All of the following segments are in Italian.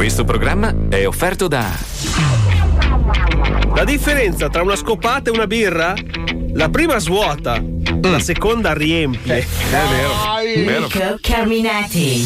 Questo programma è offerto da... La differenza tra una scopata e una birra? La prima svuota, la seconda riempie. È vero. Enrico Carminati.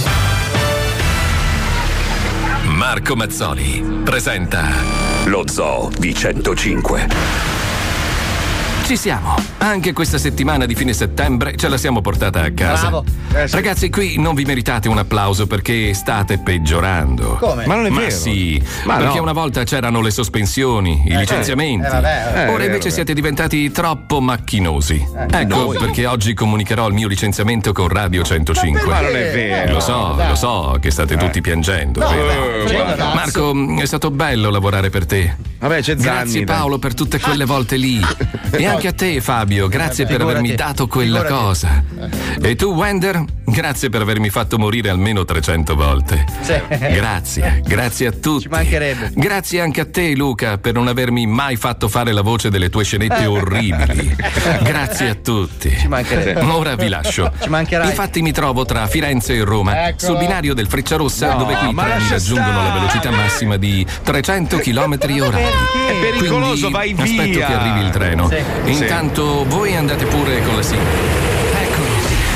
Marco Mazzoli presenta Lo Zoo di 105. Ci siamo. Anche questa settimana di fine settembre ce la siamo portata a casa. Bravo. Sì. Ragazzi, qui non vi meritate un applauso perché state peggiorando. Come? Ma non è Ma vero. sì, Ma perché no. una volta c'erano le sospensioni, i licenziamenti. vabbè. Ora invece siete diventati troppo macchinosi. Ecco perché oggi comunicherò il mio licenziamento con Radio 105. Ma non è vero. Lo so che state tutti piangendo. vero? Marco, è stato bello lavorare per te. Vabbè, c'è Zanni. Grazie Paolo per tutte quelle volte lì. E anche a te Fabio, grazie per avermi dato quella cosa. E tu Wender, grazie per avermi fatto morire almeno 300 volte. Grazie a tutti. Ci mancherebbe. Grazie anche a te Luca per non avermi mai fatto fare la voce delle tue scenette orribili. Grazie a tutti. Ci mancherebbe. Ora vi lascio. Ci mancherai. Infatti mi trovo tra Firenze e Roma, Ecco. sul binario del Frecciarossa, dove qui i ma treni lascia raggiungono la stare. velocità massima di 300 km/h. È pericoloso, vai Quindi via. aspetto che arrivi il treno. Intanto voi andate pure con la sigla. Eccolo.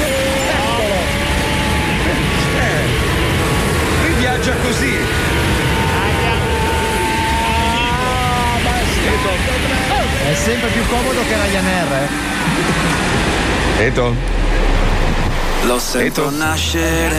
Lui viaggia così. È sempre più comodo che Ryanair, Eto? Lo sento nascere,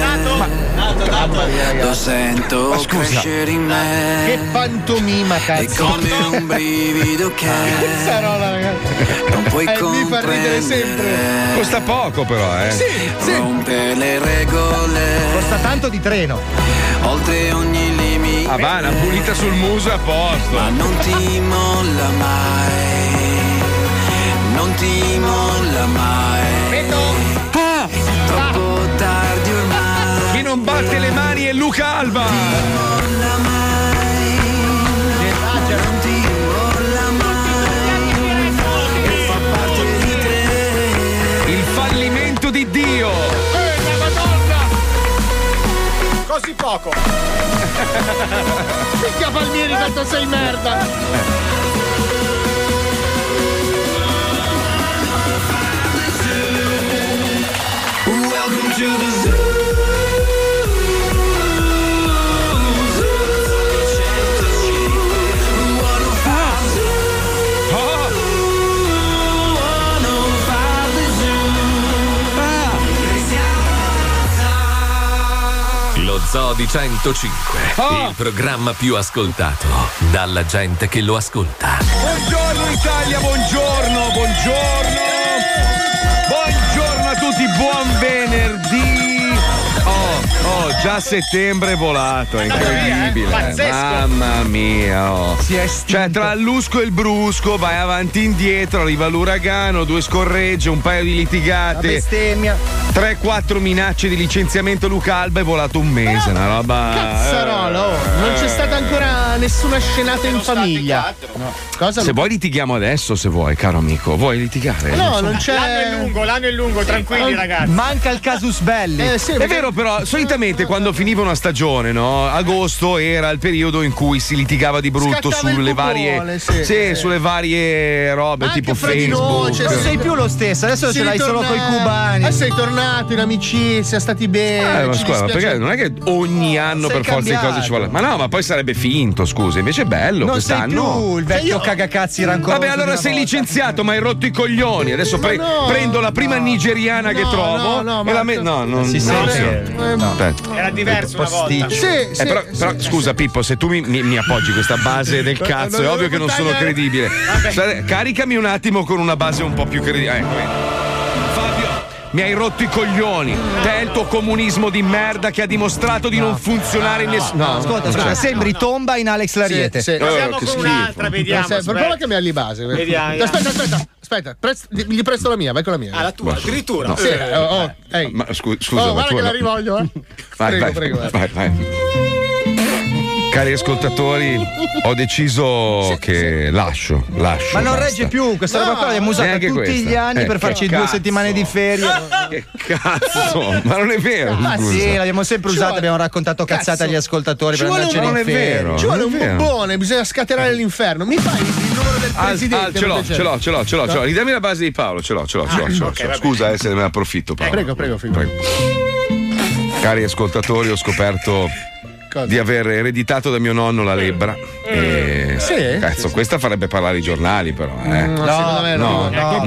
lo sento crescere in me. Che pantomima, È cazzo. come un brivido che Cazzarola, ragazzi. non puoi Mi fa ridere sempre. comprendere. Costa poco però, Rompe le regole, Costa tanto di treno. oltre ogni limite. Havana, pulita sul muso e a posto. Ma non ti molla mai, non ti molla mai. Troppo tardi ormai. Chi non batte le mani è Luca Alba. Molla mai, non ti molla mai. E fa parte di te. Il fallimento di Dio. Così poco. Picchia Palmieri, tanto sei merda. Welcome to the zoo. Lo Zoo di 105, il programma più ascoltato dalla gente che lo ascolta. Buongiorno Italia, buongiorno. Buongiorno a tutti, buon venerdì. Già settembre è volato, è incredibile. Mamma mia. Cioè, tra il lusco e il brusco, vai avanti e indietro, arriva l'uragano, 2 scorregge, un paio di litigate. Bestemmia. 3-4 minacce di licenziamento. Luca Alba è volato un mese, una roba. Cazzarola, non c'è stata ancora nessuna scenata in famiglia. Cosa? Se vuoi litighiamo adesso, se vuoi, caro amico. Vuoi litigare? No, non c'è. L'anno è lungo, tranquilli ragazzi. Manca il casus belli. Sì, È vero, però, solitamente quando finiva una stagione, no? Agosto era il periodo in cui si litigava di brutto Scattava il sulle popone, varie. sì. Sulle varie robe, Anche tipo fra di Facebook. noi, cioè, Non sei più lo stesso, adesso ce l'hai solo coi cubani. Sei tornato in amicizia, stati bene. Ma ci scusa, dispiace. perché non è che ogni anno Sei per forza di cose cambiato. ci vuole. Ma no, ma poi sarebbe finto, scusa. Invece è bello Non sei quest'anno. più il vecchio cagacazzi rancoroso. Vabbè, allora di una sei volta. licenziato, ma hai rotto i coglioni. Adesso no, prendo la prima nigeriana che trovo no, e la Marco. no, non Si non sente. funziona. Aspetta. Era diverso una volta. Sì, Però scusa Pippo, se tu mi appoggi questa base del cazzo, è ovvio che non sono credibile. Caricami un attimo con una base un po' più credibile. Ecco, vedi. Fabio, mi hai rotto i coglioni. Te e il tuo comunismo di merda che ha dimostrato di non funzionare in nessuno. No, Ascolta, sembri Tomba in Alex Lariete. Passiamo che con schifo. un'altra, vediamo. Prova a cambiare di base. Vediamo. Aspetta, gli presto la mia, vai con la mia. Ah, la tua, addirittura. Sì, ehi. Ma scusa, Oh, ma guarda tu che la rivoglio, Vai, prego. vai. Cari ascoltatori, ho deciso che lascio. Ma non basta. regge più, questa roba qua l'abbiamo usata neanche tutti questa. gli anni per farci 2 settimane di ferie. Che cazzo? Ma non è vero. Ah scusa. sì, l'abbiamo sempre usata, abbiamo raccontato cazzate agli ascoltatori per andarcene in ferie. Ci vuole un bombone, bisogna scatenare l'inferno. Mi fai il numero del presidente? Ce l'ho. Ridammi la base di Paolo, ce l'ho. Scusa se me ne approfitto, Paolo. Prego. Cari ascoltatori, ho scoperto di aver ereditato da mio nonno la lebbra. Sì? Cazzo, questa farebbe parlare i giornali, però. Secondo me no.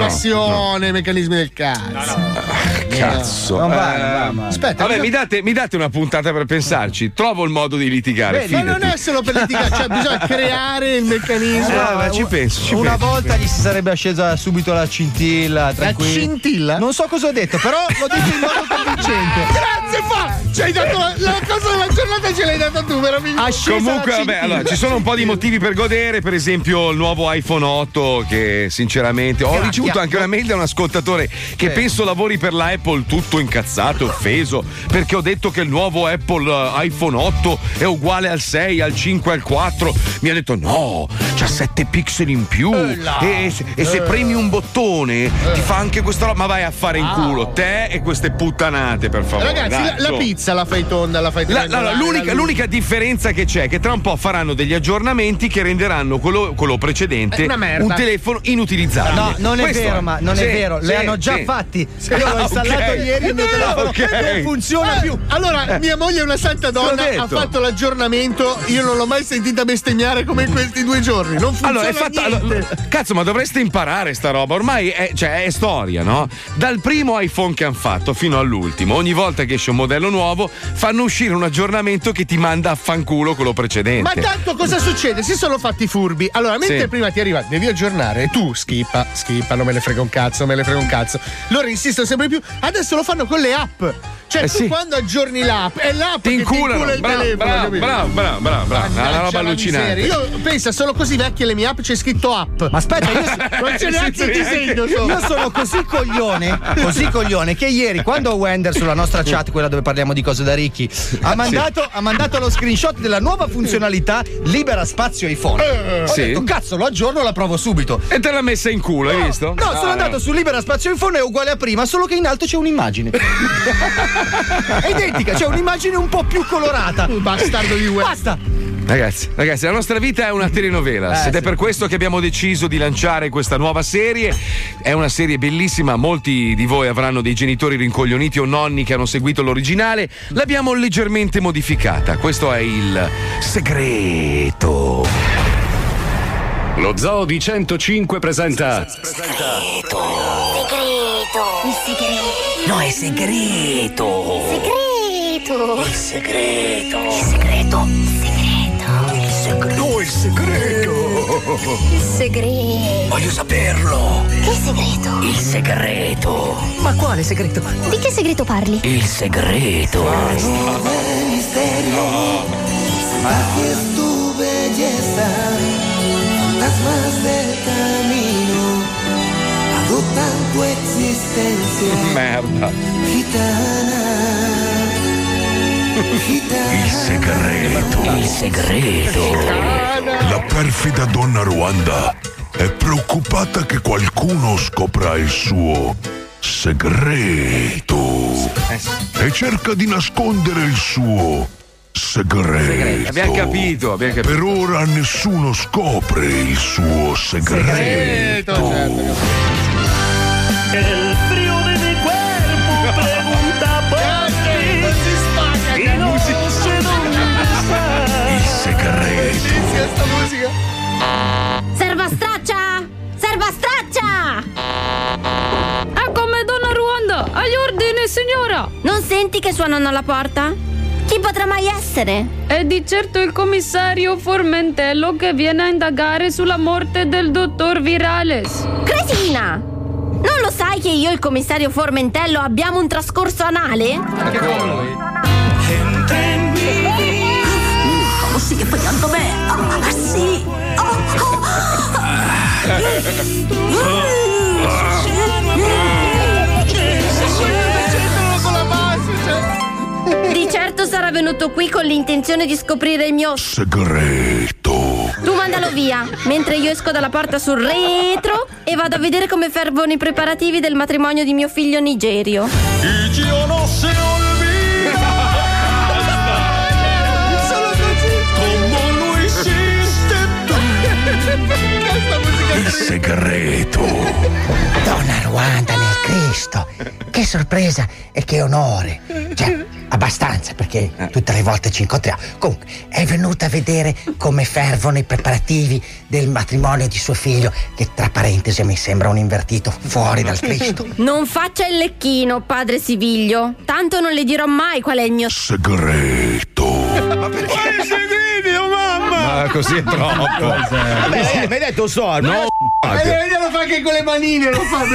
No. I meccanismi del cazzo. Cazzo. Non va. Aspetta, vabbè, mi date una puntata per pensarci. Trovo il modo di litigare. Ma non è solo per litigare, cioè bisogna creare il meccanismo. Ma ci penso. Una volta gli si sarebbe scesa subito la scintilla. La scintilla? Non so cosa ho detto, però lo dico in modo convincente. Grazie, ci hai dato la cosa della giornata, ce l'hai data tu, meraviglioso. Comunque, vabbè, allora, ci sono un po' di motivi per godere, per esempio il nuovo iPhone 8 che sinceramente ho ricevuto anche una mail da un ascoltatore che penso lavori per la Apple tutto incazzato, offeso, perché ho detto che il nuovo Apple iPhone 8 è uguale al 6, al 5, al 4. Mi ha detto no, c'ha 7 pixel in più e se premi un bottone ti fa anche questa roba. Ma vai a fare in culo te e queste puttanate, per favore. Ragazzi, la pizza la fai tonda, la fai tonda. L'unica differenza che c'è è che tra un po' faranno degli aggiornamenti che renderanno quello precedente un telefono inutilizzabile. No, non è vero, ma non è vero. Le hanno già fatti. Io l'ho installato ieri, il mio telefono non funziona più. Allora, mia moglie è una santa donna, ha fatto l'aggiornamento. Io non l'ho mai sentita bestemmiare come in questi 2 giorni. Non funziona niente. Cazzo, ma dovreste imparare sta roba. Ormai è storia, no? Dal primo iPhone che hanno fatto fino all'ultimo, ogni volta che esce un modello nuovo, fanno uscire un aggiornamento che ti manda a fanculo quello precedente. Ma tanto cosa succede? Si sono fatti furbi. Allora, mentre prima ti arriva, devi aggiornare, tu schippa, non me ne frega un cazzo. Loro insistono sempre di più. Adesso lo fanno con le app. Cioè, tu quando aggiorni l'app, è l'app ti che inculano. ti incula il telefono. Bravo. Una roba allucinante. Io penso, sono così vecchie le mie app, c'è scritto app. Ma aspetta, non c'è neanche il disegno. Io sono così coglione che ieri, quando Wender sulla nostra chat, quella dove parliamo di cose da ricchi, ha mandato lo screenshot della nuova funzionalità libera spazio iPhone. Ho detto, cazzo, lo aggiorno, la provo subito. E te l'ha messa in culo, hai visto? No, sono andato su libera spazio iPhone, è uguale a prima, solo che in alto c'è un'immagine. È identica, c'è un'immagine un po' più colorata. Bastardo di web. Basta. Ragazzi, la nostra vita è una telenovela ed è per questo che abbiamo deciso di lanciare questa nuova serie. È una serie bellissima, molti di voi avranno dei genitori rincoglioniti o nonni che hanno seguito l'originale. L'abbiamo leggermente modificata. Questo è il segreto. Lo Zoo di 105 presenta Segreto. Il segreto. No, è segreto. Segreto. Il segreto. Il segreto. Il segreto. No, il segreto. Il segreto. Voglio saperlo. Che segreto? Il segreto. Ma quale segreto? Di che segreto parli? Il segreto. Tu belleza, fantasmas del camino, adoptan tu existencia. Merda. Il segreto. Il segreto. La perfida donna Ruanda è preoccupata che qualcuno scopra il suo segreto e cerca di nascondere il suo segreto. Abbiamo capito. Per ora nessuno scopre il suo segreto. El frío de mi cuerpo pregunta por ti y no sé dónde estás. Il segreto. Serva straccia! Serva straccia! Eccomi, donna Ruanda! Agli ordini, signora! Non senti che suonano alla porta? Chi potrà mai essere? È di certo il commissario Formentello che viene a indagare sulla morte del dottor Virales. Cretina! Non lo sai che io e il commissario Formentello abbiamo un trascorso anale? Anche con lui. Oh, sigue fallando me. Ah, sì. Di certo sarà venuto qui con l'intenzione di scoprire il mio segreto. Tu mandalo via, mentre io esco dalla porta sul retro e vado a vedere come fervono i preparativi del matrimonio di mio figlio Nigerio. Io non se olvida. Solo così. Como lo hiciste tú. Il segreto. Donna Ruanda nel Cristo, che sorpresa e che onore. Cioè, abbastanza, perché tutte le volte ci incontriamo. Comunque, è venuta a vedere come fervono i preparativi del matrimonio di suo figlio, che tra parentesi mi sembra un invertito fuori dal Cristo. Non faccia il lecchino, padre Siviglio. Tanto non le dirò mai qual è il mio segreto. Ma perché? Quale segreto, mamma? Ma così è troppo. Vabbè, mi hai detto sordo. No. Lo fa anche con le manine, lo fa.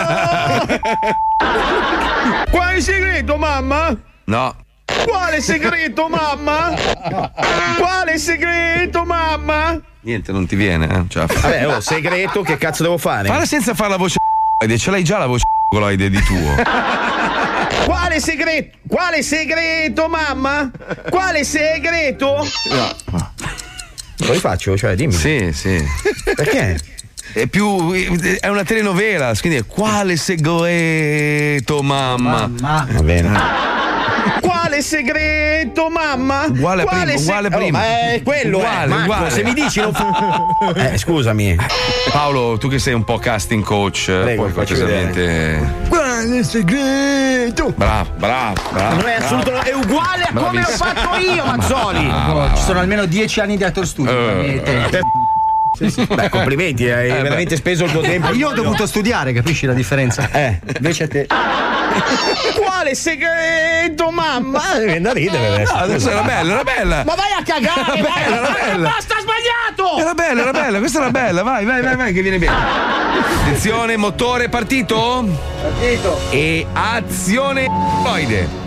Quale segreto, mamma? No. Quale segreto, mamma? Quale segreto, mamma? Niente, non ti viene, eh? Cioè, Vabbè, segreto, che cazzo devo fare? Falla senza fare la voce ce l'hai già la voce di tuo. Quale segreto? Quale segreto, mamma? Quale segreto? No. Lo rifaccio? Cioè, dimmi. Sì. Perché? È una telenovela, quindi è quale segreto, mamma? Va bene. Quale segreto, mamma? Uguale prima. È quello, uguale, Marco, uguale. se mi dici non scusami. Paolo, tu che sei un po' casting coach, Prego, puoi faccio cortesemente. Quale segreto? Bravo. Non è assolutamente, è uguale a come l'ho fatto io, Mazzoli. Ci sono almeno 10 anni di Actor Studio. Beh, complimenti, hai veramente speso il tuo tempo. Io ho dovuto studiare, capisci la differenza? Invece a te. Quale segreto, mamma? Viene da ridere. No, adesso era bella. Ma vai a cagare! Era bella. Basta, sbagliato! Era bella, questa era bella. Vai, che viene bene. Attenzione, motore partito? Partito. E azione oide.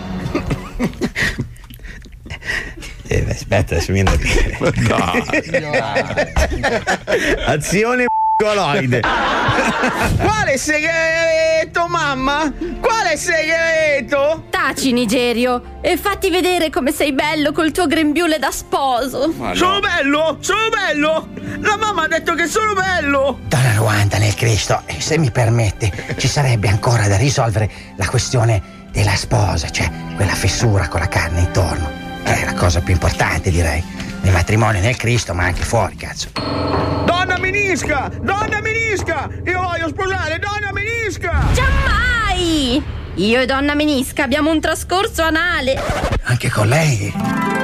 Aspetta, adesso viene da ridere. Azione coloide. Quale segreto, mamma? Quale segreto? Taci, Nigerio, e fatti vedere come sei bello col tuo grembiule da sposo. No. Sono bello! La mamma ha detto che sono bello! Donna Ruanda nel Cristo, se mi permette, ci sarebbe ancora da risolvere la questione della sposa, cioè quella fessura con la carne intorno. Che è la cosa più importante, direi, nel matrimonio nel Cristo, ma anche fuori, cazzo. Donna Menisca! Io voglio sposare Donna Menisca! Giammai! Io e Donna Menisca abbiamo un trascorso anale. Anche con lei?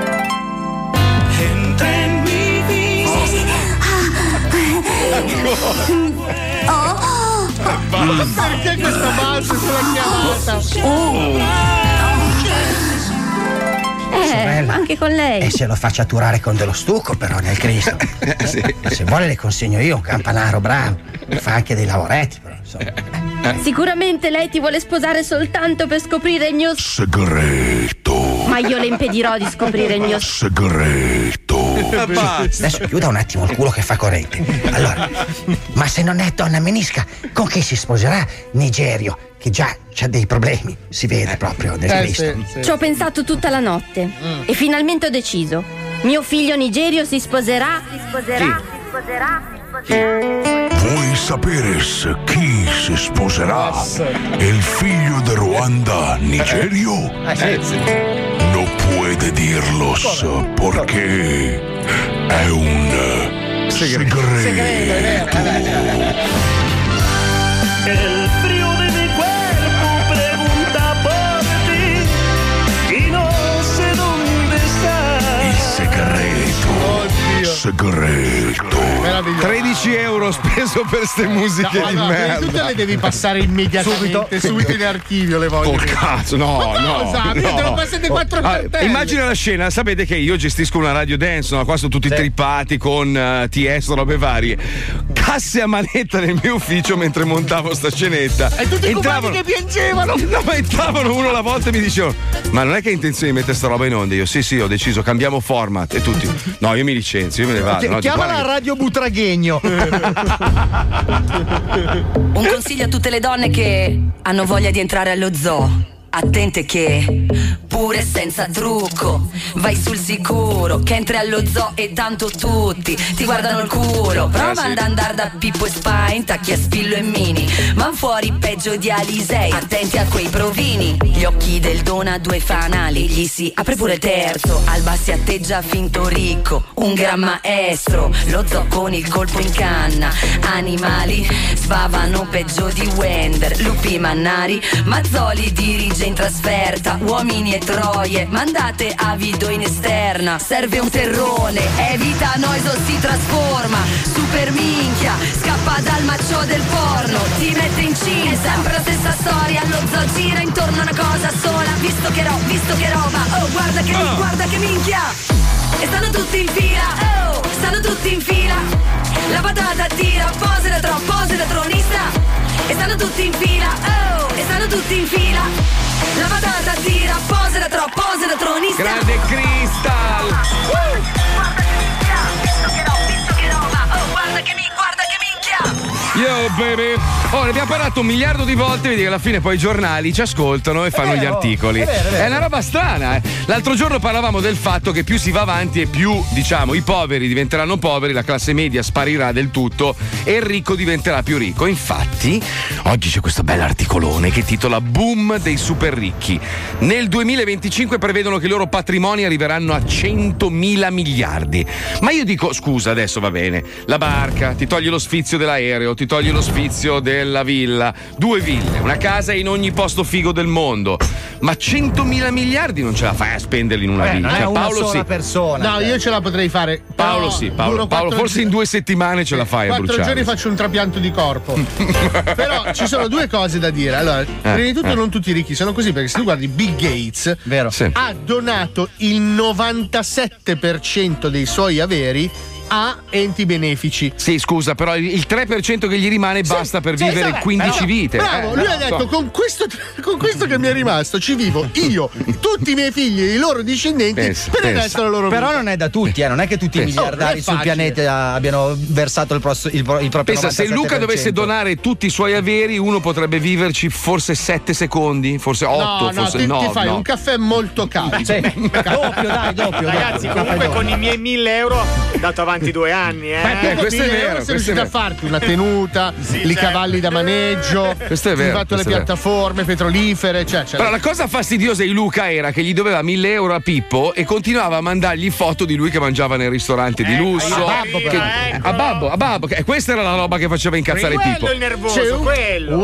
Perché questa base sulla chiamata? Sorella. Anche con lei. E se lo faccia turare con dello stucco, però, nel Cristo. Sì. Se vuole le consegno io un campanaro bravo. Fa anche dei lavoretti, però, insomma. Sicuramente lei ti vuole sposare soltanto per scoprire il mio Segreto. Ma io le impedirò di scoprire il mio Segreto. Adesso chiuda un attimo il culo che fa corrente. Allora, ma se non è Donna Menisca, con chi si sposerà Nigerio? Che già c'ha dei problemi, si vede proprio nel Cristo. Ci ho pensato tutta la notte e finalmente ho deciso. Mio figlio Nigerio si sposerà. Vuoi sapere chi si sposerà? El figlio de Ruanda, Nigerio? No puede dirlos porque è un segreto. El frío de mi cuerpo pregunta por ti y no sé dónde estás. Il segreto. 13 euro speso per ste musiche di merda. Tutte le devi passare immediatamente subito in archivio, le voglio. Col cazzo, no. Devo passare 4 cartelle. Immagina la scena, sapete che io gestisco una radio dance, no? Qua sono tutti trippati con TS, robe varie. Casse a manetta nel mio ufficio mentre montavo sta scenetta. E tutti i compagni che piangevano. No, ma entravano uno alla volta e mi dicevano: ma non è che hai intenzione di mettere sta roba in onda? Io sì, ho deciso, cambiamo format. E tutti: no, io mi licenzio, io me ne vado. No, chiama la radio Butraghegno. Un consiglio a tutte le donne che hanno voglia di entrare allo zoo. Attente che pure senza trucco vai sul sicuro che entri allo zoo e tanto tutti ti guardano il culo. Prova ad andare da Pippo e Spain, Tacchi a Spillo e Mini, man fuori peggio di Alisei. Attenti a quei provini, gli occhi del Dona, due fanali, gli si apre pure terzo. Alba si atteggia finto ricco, un gran maestro. Lo zoo con il colpo in canna, animali sbavano peggio di Wender. Lupi mannari, Mazzoli dirige in trasferta, uomini e troie, mandate avido in esterna. Serve un terrone, evita Noiso, si trasforma. Super minchia, scappa dal macio del porno, ti mette incinta. È sempre la stessa storia, lo zoo gira intorno a una cosa sola. Visto che roba, oh guarda che minchia. E stanno tutti in fila, oh, stanno tutti in fila. La patata tira, pose da tronista. E stanno tutti in fila, oh, e stanno tutti in fila. La patata tira, pose da tronista. Grande Crystal. Guarda che minchia, visto che roba, oh guarda che minchia. Yo baby. Oh, ne abbiamo parlato 1 miliardo di volte, vedi che alla fine poi i giornali ci ascoltano e fanno gli articoli. È una roba strana, eh. L'altro giorno parlavamo del fatto che più si va avanti e più, diciamo, i poveri diventeranno poveri, la classe media sparirà del tutto e il ricco diventerà più ricco. Infatti, oggi c'è questo bell'articolone che titola Boom dei super ricchi. Nel 2025 prevedono che i loro patrimoni arriveranno a 100.000 miliardi. Ma io dico, scusa, adesso va bene, la barca, ti toglie lo sfizio dell'aereo, ti toglie lo sfizio della villa, 2 ville, una casa in ogni posto figo del mondo, ma 100.000 miliardi non ce la fai a spenderli in una villa. Non è una Paolo sola sì. persona. No, io ce la potrei fare. Paolo sì, Paolo forse in 2 settimane ce la fai a 4 bruciare. giorni faccio un trapianto di corpo. Però ci sono 2 cose da dire. Allora, prima di tutto non tutti i ricchi sono così, perché se tu guardi Bill Gates, vero, sì, ha donato il 97% dei suoi averi a enti benefici. Sì, scusa, però il 3% che gli rimane basta per vivere 15 vite. Bravo, lui ha detto con questo che mi è rimasto ci vivo io, tutti i miei figli e i loro discendenti per il resto della loro vita. Però non è da tutti, non è che tutti i miliardari sul pianeta abbiano versato il proprio Pensa, 97%. Se Luca dovesse donare tutti i suoi averi, uno potrebbe viverci forse 7 secondi, forse 8, forse 9. Ti fai un caffè molto caldo. Sì. doppio. Ragazzi, comunque con i miei 1.000 euro dato avanti 2 anni, questo è vero. Sei riuscito a farti una tenuta, i cavalli da maneggio, questo è vero. Hai fatto le piattaforme petrolifere, Però la cosa fastidiosa di Luca era che gli doveva 1.000 euro a Pippo e continuava a mandargli foto di lui che mangiava nel ristorante di lusso. A Babbo. Questa era la roba che faceva incazzare Pippo. Quello il nervoso, quello.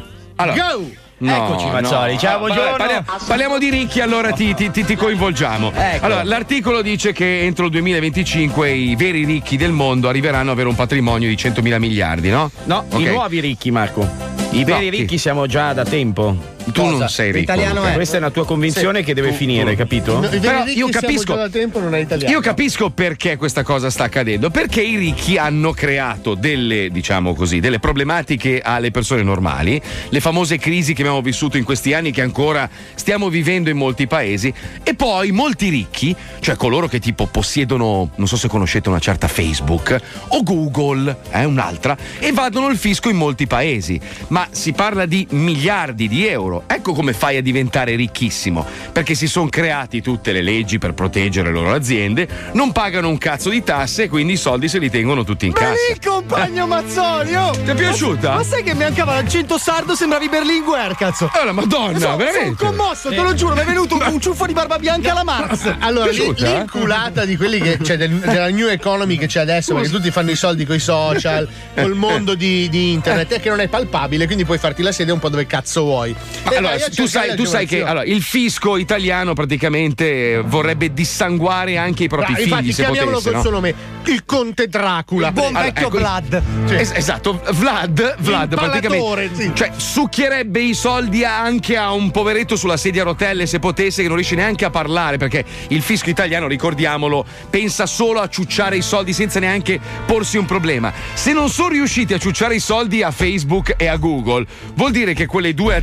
Go! Eccoci, Mazzoli. Ciao, buongiorno. Parliamo di ricchi, allora ti coinvolgiamo. Ecco. Allora, l'articolo dice che entro il 2025 i veri ricchi del mondo arriveranno ad avere un patrimonio di 100.000 miliardi, no? No, Okay. I nuovi ricchi, Marco. I veri ricchi siamo già da tempo. Tu non sei ricco. L'italiano è. Questa è una tua convinzione che deve finire, capito? Però io capisco. Da tempo non è italiano. Io capisco perché questa cosa sta accadendo. Perché i ricchi hanno creato delle, diciamo così, delle problematiche alle persone normali, le famose crisi che abbiamo vissuto in questi anni, che ancora stiamo vivendo in molti paesi. E poi molti ricchi, cioè coloro che tipo possiedono, non so se conoscete una certa Facebook o Google, un'altra, evadono il fisco in molti paesi. Ma si parla di miliardi di euro. Ecco come fai a diventare ricchissimo, perché si sono creati tutte le leggi per proteggere le loro aziende, non pagano un cazzo di tasse e quindi i soldi se li tengono tutti in cassa. Il compagno Mazzoli, oh! Ti è piaciuta? Ma sai che mi mancava l'accento sardo, sembravi Berlinguer, cazzo! La madonna, veramente! Sono commosso, te lo giuro, mi è venuto un ciuffo di barba bianca alla Marx. Allora, l'inculata di quelli che cioè della new economy che c'è adesso, perché tutti fanno i soldi coi social, col mondo di internet, è che non è palpabile, quindi puoi farti la sede un po' dove cazzo vuoi. Allora, tu sai che il fisco italiano praticamente vorrebbe dissanguare anche i propri figli. Infatti, se chiamiamolo potesse, col suo nome, il conte Dracula. Il buon vecchio Vlad. Esatto, Vlad praticamente. Sì. Cioè, succhierebbe i soldi anche a un poveretto sulla sedia a rotelle, se potesse, che non riesce neanche a parlare, perché il fisco italiano, ricordiamolo, pensa solo a ciucciare i soldi senza neanche porsi un problema. Se non sono riusciti a ciucciare i soldi a Facebook e a Google, vuol dire che quelle 2 aziende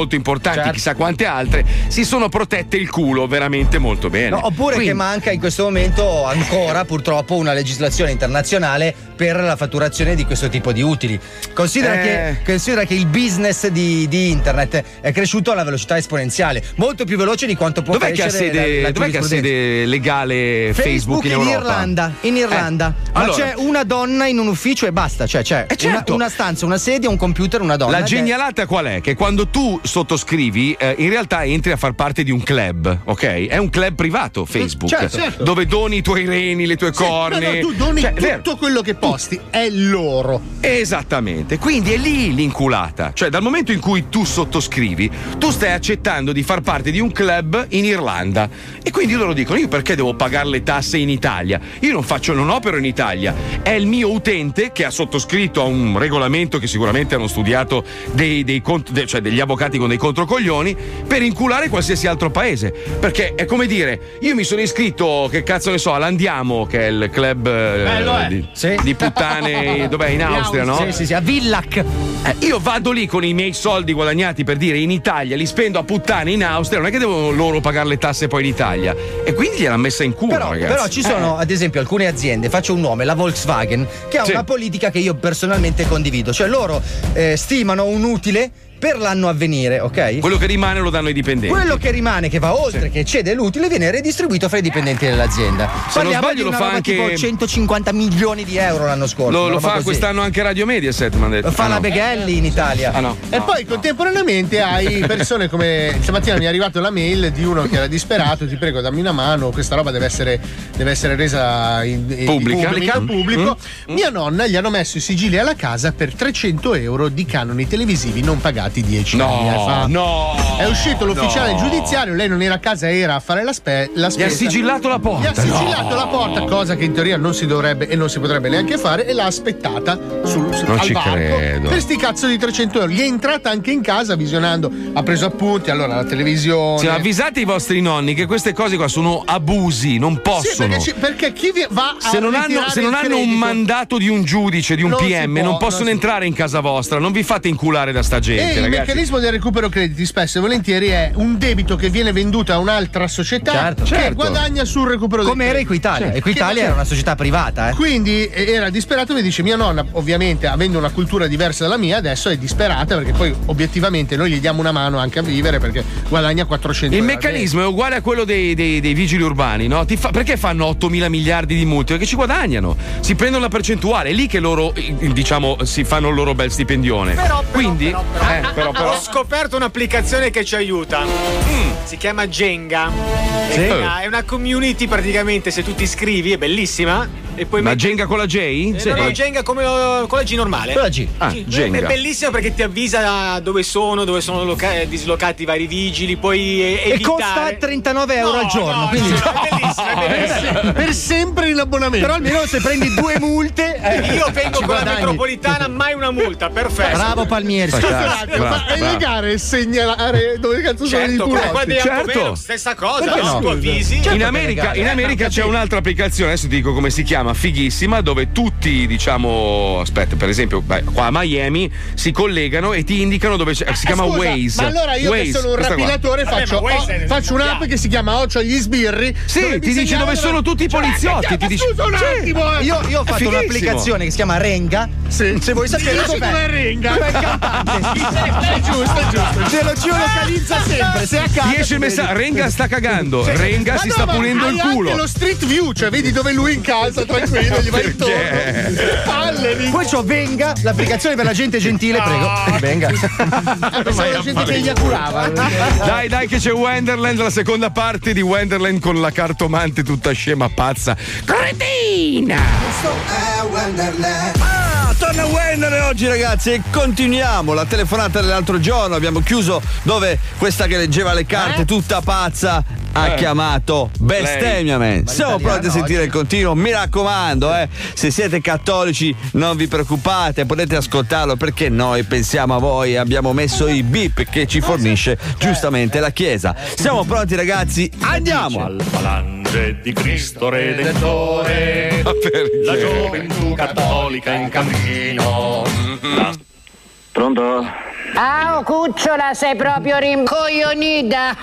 molto importanti, chissà quante altre, si sono protette il culo veramente molto bene. No, oppure che manca in questo momento ancora purtroppo una legislazione internazionale per la fatturazione di questo tipo di utili. Considera che il business di internet è cresciuto alla velocità esponenziale, molto più veloce di quanto può crescere dov'è che ha sede legale Facebook in Europa? In Irlanda. Ma allora, c'è una donna in un ufficio e basta, cioè c'è una stanza, una sedia, un computer, una donna. La genialata qual è? Che quando tu sottoscrivi in realtà entri a far parte di un club, ok? È un club privato Facebook, certo. dove doni i tuoi reni, le tue corne. Tu doni tutto quello che posti, è loro. Esattamente, quindi è lì l'inculata. Cioè dal momento in cui tu sottoscrivi, tu stai accettando di far parte di un club in Irlanda e quindi loro dicono: io perché devo pagare le tasse in Italia? Io non opero in Italia, è il mio utente che ha sottoscritto a un regolamento che sicuramente hanno studiato cioè degli avvocati con dei controcoglioni per inculare qualsiasi altro paese, perché è come dire: io mi sono iscritto, che cazzo ne so, all'Andiamo, che è il club di puttane, dov'è, in Austria, no? Sì, a Villach. Io vado lì con i miei soldi guadagnati, per dire, in Italia, li spendo a puttane in Austria, non è che devono loro pagare le tasse poi in Italia, e quindi gliel'ha messa in culo, ragazzi. Però ci sono ad esempio alcune aziende, faccio un nome, la Volkswagen, che ha una politica che io personalmente condivido, cioè loro stimano un utile per l'anno a venire, ok? Quello che rimane lo danno ai dipendenti. Quello che rimane, che va oltre, che cede l'utile, viene redistribuito fra i dipendenti dell'azienda. Se non sbaglio, lo fa anche tipo 150 milioni di euro l'anno scorso. Lo fa quest'anno anche Radio Mediaset, mi hanno detto. Lo fa la Beghelli in Italia. E poi contemporaneamente hai persone come stamattina mi è arrivata la mail di uno che era disperato: ti prego, dammi una mano, questa roba deve essere resa pubblico. Mia nonna gli hanno messo i sigilli alla casa per 300 euro di canoni televisivi non pagati 10 anni fa. È uscito l'ufficiale giudiziario, lei non era a casa, era a fare la spesa. Gli ha sigillato la porta. Gli ha sigillato la porta, cosa che in teoria non si dovrebbe e non si potrebbe neanche fare, e l'ha aspettata al banco per sti cazzo di 300 euro. Gli è entrata anche in casa visionando, ha preso appunti, allora la televisione. Avvisate i vostri nonni che queste cose qua sono abusi, non possono. Sì, perché chi va a se non hanno un mandato di un giudice, di un PM, non possono entrare in casa vostra. Non vi fate inculare da sta gente. Il meccanismo del recupero crediti spesso e volentieri è un debito che viene venduto a un'altra società che guadagna sul recupero come era Equitalia. Equitalia era una società privata. Quindi era disperato, mi dice: mia nonna, ovviamente avendo una cultura diversa dalla mia, adesso è disperata perché poi obiettivamente noi gli diamo una mano anche a vivere perché guadagna 400 euro. Il meccanismo è uguale a quello dei vigili urbani, no? Perché fanno 8.000 miliardi di multe? Perché ci guadagnano, si prendono la percentuale, è lì che loro, diciamo, si fanno il loro bel stipendione. Però, Però. Ho scoperto un'applicazione che ci aiuta. Si chiama Jenga. È una community, praticamente, se tu ti iscrivi, è bellissima. E poi Jenga con la J? No, Jenga come con la G normale. Con la G. Jenga. È bellissima perché ti avvisa dove sono dislocati i vari vigili, poi evitare. E costa 39 euro al giorno. Quindi è bellissima. Per sempre in abbonamento. Però almeno se prendi 2 multe. Io vengo con la metropolitana, mai una multa, perfetto. Bravo Palmieri. Ma è legale segnalare dove cazzo sono i culotti? Certo. Stessa cosa, tu avvisi. In America c'è un'altra applicazione, adesso ti dico come si chiama, fighissima, dove tutti, diciamo, aspetta, per esempio, qua a Miami si collegano e ti indicano dove si chiama Waze. Ma allora io che sono un rapinatore faccio un'app che si chiama Occhio agli sbirri. Sì, ti dice dove sono tutti i poliziotti. Ti dice un attimo. Io ho fatto un'applicazione che si chiama Renga. Sì. Se vuoi sapere com'è Renga. Com'è il cantante. È giusto. Se lo geolocalizza sempre. Se a casa. Ti esce il messaggio: Renga sta cagando. Renga si sta pulendo il culo. Anche lo street view, cioè vedi dove lui in casa tranquillo, gli vai intorno. Poi c'ho Venga, l'applicazione per la gente gentile, prego. Venga. Pensavo la gente che eiaculava. Dai che c'è Wonderland, la seconda parte di Wonderland con la cartomante tutta scema, pazza, cretina. Questo è Wonderland. Torna Wonderland oggi, ragazzi, e continuiamo la telefonata dell'altro giorno. Abbiamo chiuso dove questa che leggeva le carte tutta pazza ha chiamato bestemmiamen. Siamo pronti a sentire il continuo, mi raccomando, se siete cattolici non vi preoccupate, potete ascoltarlo perché noi pensiamo a voi, abbiamo messo i beep che ci fornisce giustamente la Chiesa. Siamo pronti, ragazzi, andiamo! Al falange di Cristo Redentore, la gioventù cattolica in cammino. Pronto? Ah, cucciola, sei proprio rincoglionita.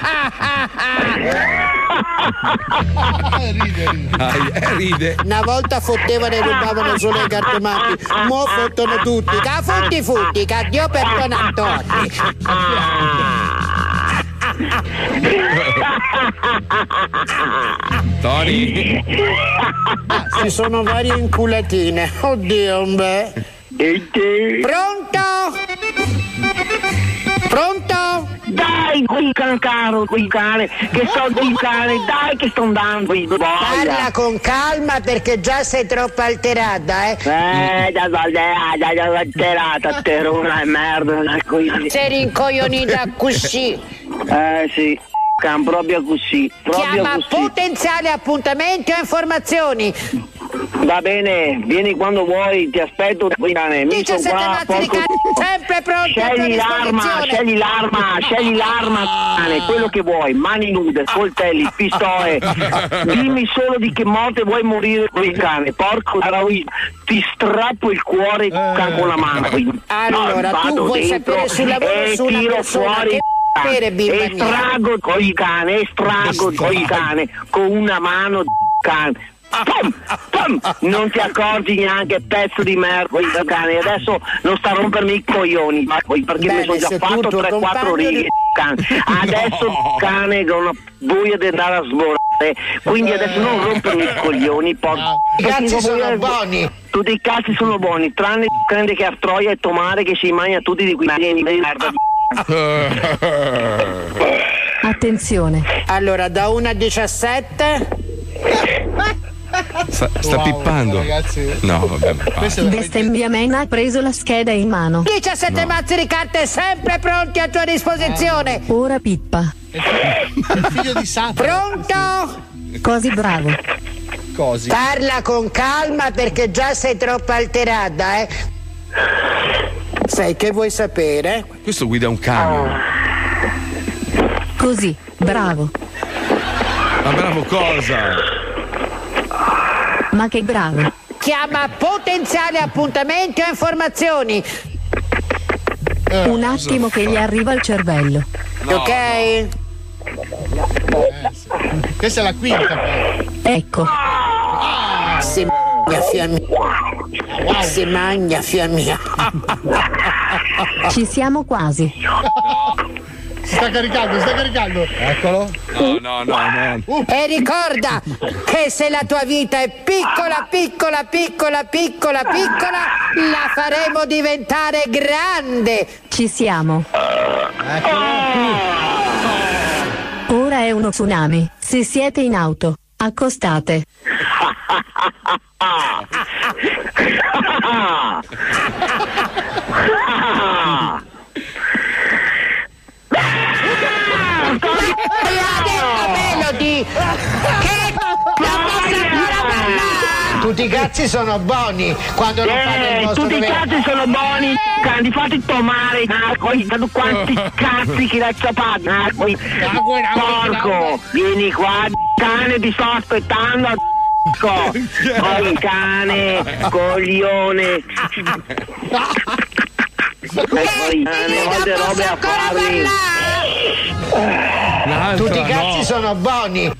Ride. Una volta fottevano e rubavano solo i cartomanti, mo fottono tutti. Ca futti, che Dio perdona tutti. Tony. Ci sono varie inculatine. Oddio, beh. Pronto? Pronto? Dai, qui caro, qui cane, che sto qui cane, dai che sto andando qui. Parla con calma perché già sei troppo alterata, già alterata, terrona e merda. Sei rincoglionita così. Sì, proprio così. Chiama potenziali appuntamenti o informazioni. Va bene, vieni quando vuoi, ti aspetto qui cane. 17 mazzi di cane, sempre pronti. Scegli l'arma, cane, quello che vuoi, mani nude, coltelli, pistole. Dimmi solo di che morte vuoi morire qui cane, porco ti strappo il cuore con la mano. Allora, tu vuoi sapere sul lavoro su una persona fuori. Estrago con il cane, con una mano cane. Non ti accorgi neanche, pezzo di merda, cane. Adesso non sta a rompermi i coglioni, perché mi sono già fatto 3-4 righe, cane. Adesso cane con una buia di andare a sborare, quindi adesso non rompermi i coglioni, I cazzi sono buoni. Tutti i cazzi sono buoni, tranne che a Troia e Tomare che si mangia tutti di qui merda. Attenzione. Allora, da 1 a 17. Sta pippando. Ragazzi. No, vabbè. Bestemmiamen ha preso la scheda in mano. 17 mazzi di carte sempre pronti a tua disposizione. Ora pippa. Il figlio di Satana. Pronto? Così bravo. Cosi. Parla con calma perché già sei troppo alterata, Sai che vuoi sapere? Questo guida un camion. Così, bravo. Ma bravo cosa? Ma che bravo. Chiama potenziali appuntamenti o informazioni. Un attimo che gli arriva il cervello. Ok? Questa è la quinta. Ecco. Si magna fiammia. Si magna fiammia. Ci siamo quasi. Si sta caricando. Eccolo. No. E ricorda che se la tua vita è piccola, la faremo diventare grande. Ci siamo. Ora è uno tsunami. Se siete in auto, accostate. Melody, che non posso ancora parlare. Tutti i cazzi sono buoni quando non fanno il vostro tutti i dovere. cazzi sono buoni, cani, fatti tomare, quanti cazzi che l'hai ciapato, porco, vieni qua, cane, ti sto aspettando, poi cane, coglione. Ne volte robe a farmi. Tutti i cazzi sono buoni.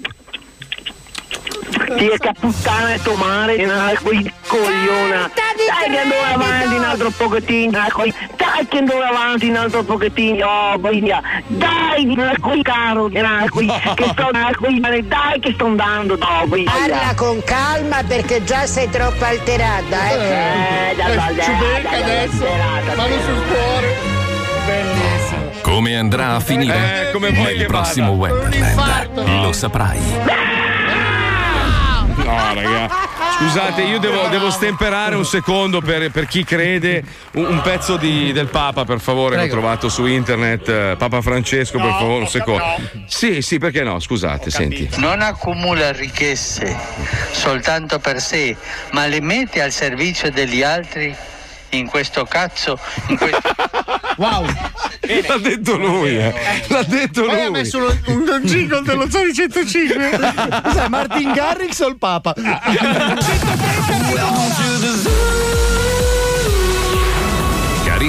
Ti è puttana e tomare, qui cogliona. Dai che andò avanti un altro pochettino, dai che andò avanti un altro pochettino, dai qui caro, che sto qui, dai che sto andando dopo. Parla con calma perché già sei troppo alterata, Ciubecca adesso, mano sul cuore. Bellissimo. Come andrà a finire? Come vuoi nel che prossimo Wonderland? Lo saprai. No, raga. Scusate, io devo stemperare un secondo per chi crede un pezzo del Papa, per favore, che ho trovato su internet. Papa Francesco, per favore, un secondo. Sì, perché no? Scusate, senti. Non accumula ricchezze soltanto per sé, ma le mette al servizio degli altri. In questo cazzo, Wow. L'ha detto lui, L'ha detto lui. Poi ha messo un jingle dello Zoni 105. Cos'è, Martin Garrix o il Papa?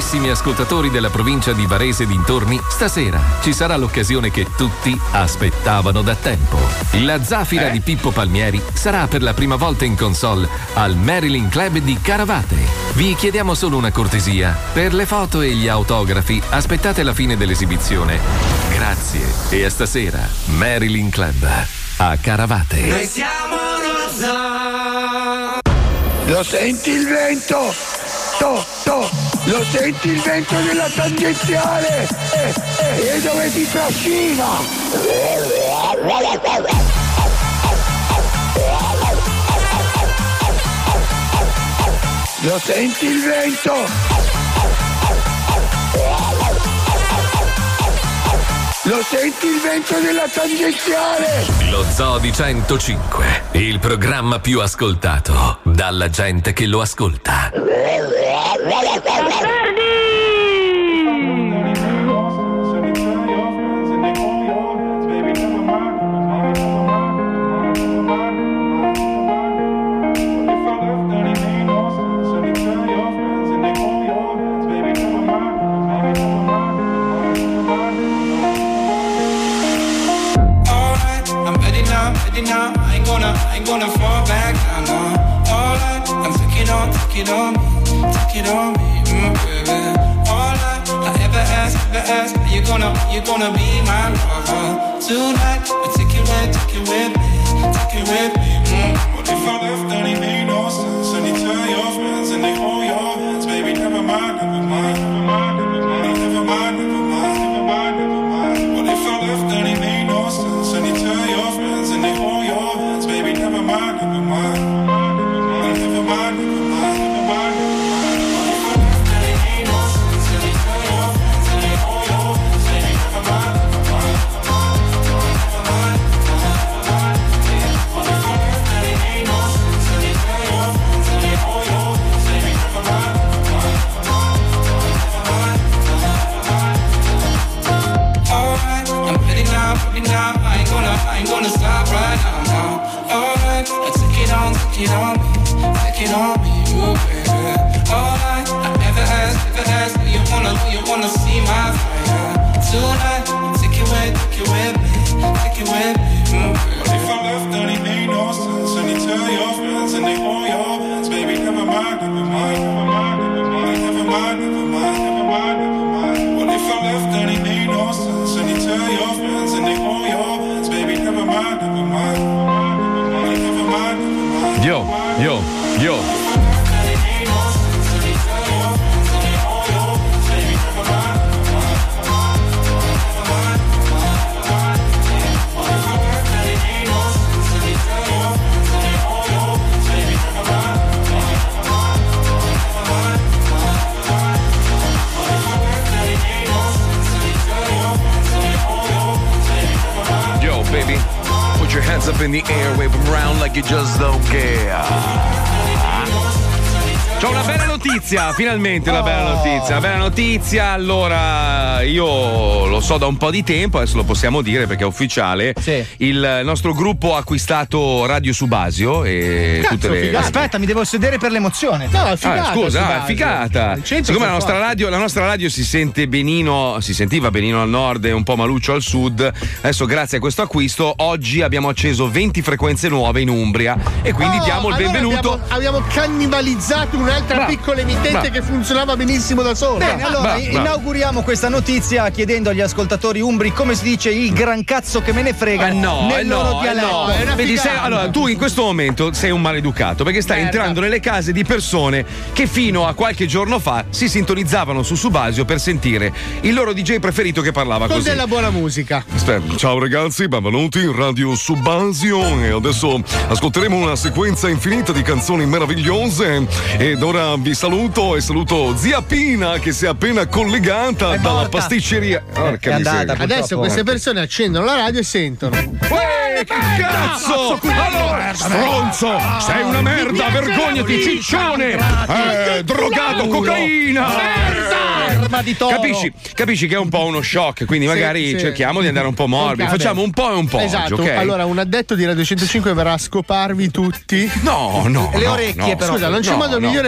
carissimi ascoltatori della provincia di Varese e dintorni, stasera ci sarà l'occasione che tutti aspettavano da tempo. La Zafira di Pippo Palmieri sarà per la prima volta in console al Marilyn Club di Caravate. Vi chiediamo solo una cortesia. Per le foto e gli autografi aspettate la fine dell'esibizione. Grazie e a stasera Marilyn Club a Caravate. Noi siamo Rosa. Lo senti il vento? Lo senti il vento della tangenziale? E dove ti trascina? Lo senti il vento? Lo senti il vento della tangenziale? Lo Zoo di 105, il programma più ascoltato dalla gente che lo ascolta. Now I ain't gonna fall back down, no. All right, I'm take it on me, baby. All I ever ask, you gonna be my lover tonight? But take it with me. What if I left and it made no sense? And you tell your friends and they hold your hands, baby. Never mind. What if I left and it made no sense? And you tell your friends and they hold your hands, baby. Never mind. I ain't gonna stop right now. Alright, take it on me, ooh, baby. Alright, I never asked, do you wanna see my fire tonight? Take it with me, baby. What if I left and it made no sense? And you tell your friends and they hold your hands, baby. Never mind. What if I left and it made no sense? And you tell your friends and they hold your hands, baby. Never mind. Yo. Baby, put your hands up in the air, wave them around like you just don't care. C'ho una bella notizia, finalmente una bella notizia. Allora, io lo so da un po' di tempo, adesso lo possiamo dire perché è ufficiale. Sì. Il nostro gruppo ha acquistato Radio Subasio e Cazzo, tutte le. Aspetta, mi devo sedere per l'emozione. No, figata. Scusa, figata. Siccome la nostra radio si sentiva benino al nord e un po' maluccio al sud, adesso grazie a questo acquisto oggi abbiamo acceso 20 frequenze nuove in Umbria e quindi diamo il benvenuto. Abbiamo cannibalizzato un'altra piccola emittente che funzionava benissimo da sola. Bene, allora inauguriamo questa notizia chiedendo agli ascoltatori umbri come si dice il gran cazzo che me ne frega nel loro dialetto. Vedi, allora tu in questo momento sei un maleducato perché stai entrando nelle case di persone che fino a qualche giorno fa si sintonizzavano su Subasio per sentire il loro DJ preferito che parlava con così. Della buona musica. Ciao ragazzi, benvenuti in Radio Subasio e adesso ascolteremo una sequenza infinita di canzoni meravigliose ed ora vi saluto e saluto zia Pina che si è appena collegata dalla pasticceria. Adesso queste persone accendono la radio e sentono. Che cazzo! Allora, stronzo! Sei una merda, vergognati, ciccione! Drogato, cocaina! Merda di toro! Capisci che è un po' uno shock, quindi magari cerchiamo di andare un po' morbidi. Facciamo un po' e un po' esatto. oggi, ok? Allora, un addetto di Radio 105 verrà a scoparvi tutti. No. Le orecchie, però. Scusa, non c'è modo migliore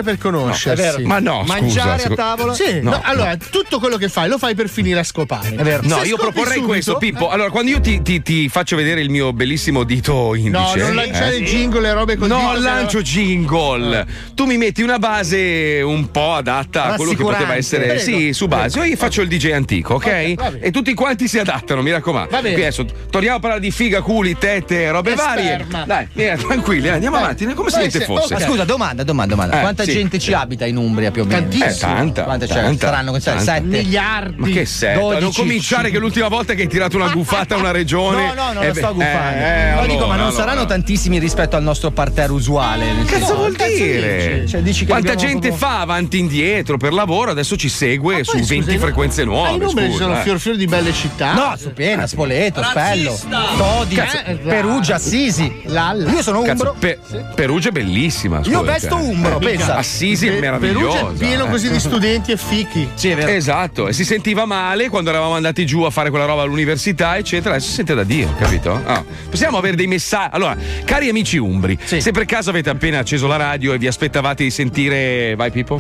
per conoscersi. È vero. Ma no, mangiare a tavola? Sì, No, no, allora tutto quello che fai lo fai per finire a scopare. È vero. No, Se io scopi proporrei subito- questo, Pippo. Allora, quando io ti faccio vedere il mio bellissimo dito indice. No, non lanciare jingle e robe col dito, No, se lancio jingle. Tu mi metti una base un po' adatta a quello che poteva essere. Prego. Sì, su base. Io gli faccio il DJ antico, ok? Va bene. E tutti quanti si adattano, mi raccomando. Va bene. Quindi adesso torniamo a parlare di figa, culi, tette, robe E varie. sperma. Dai, via, tranquilli, andiamo avanti, come se niente fosse. Ma scusa, domanda. Quanta sì. gente ci abita in Umbria più o meno? Tantissimo. Tanta. Quanta c'è? tanta, Saranno tanta. 7 miliardi. Ma che sei? 12. Non cominciare che l'ultima volta che hai tirato una guffata a una regione. No, non lo sto guffando. allora, dico, ma non saranno tantissimi rispetto al nostro parterre usuale. nel Cazzo senso- vuol dire? Dici? Cioè, dici che Quanta abbiamo gente proprio- fa avanti e indietro per lavoro, adesso ci segue Ma su poi, 20 scusa, frequenze nuove. ai numeri ci scusa, sono fior di belle città. No, su Piena, Spoleto, Spello, Todi, Perugia, Assisi. Io sono Cazzo, umbro. Perugia è bellissima. Io ascolta. vesto umbro, pensa. Assisi è Perugia meravigliosa. è pieno così di studenti e fichi. Sì, è vero. Esatto, e si sentiva male quando eravamo andati giù a fare quella roba all'università, eccetera. Adesso si sente da Dio, capito? Possiamo avere dei messaggi. Allora, cari amici umbri, se per caso avete appena acceso la radio e vi aspettavate di sentire. Vai, Pippo.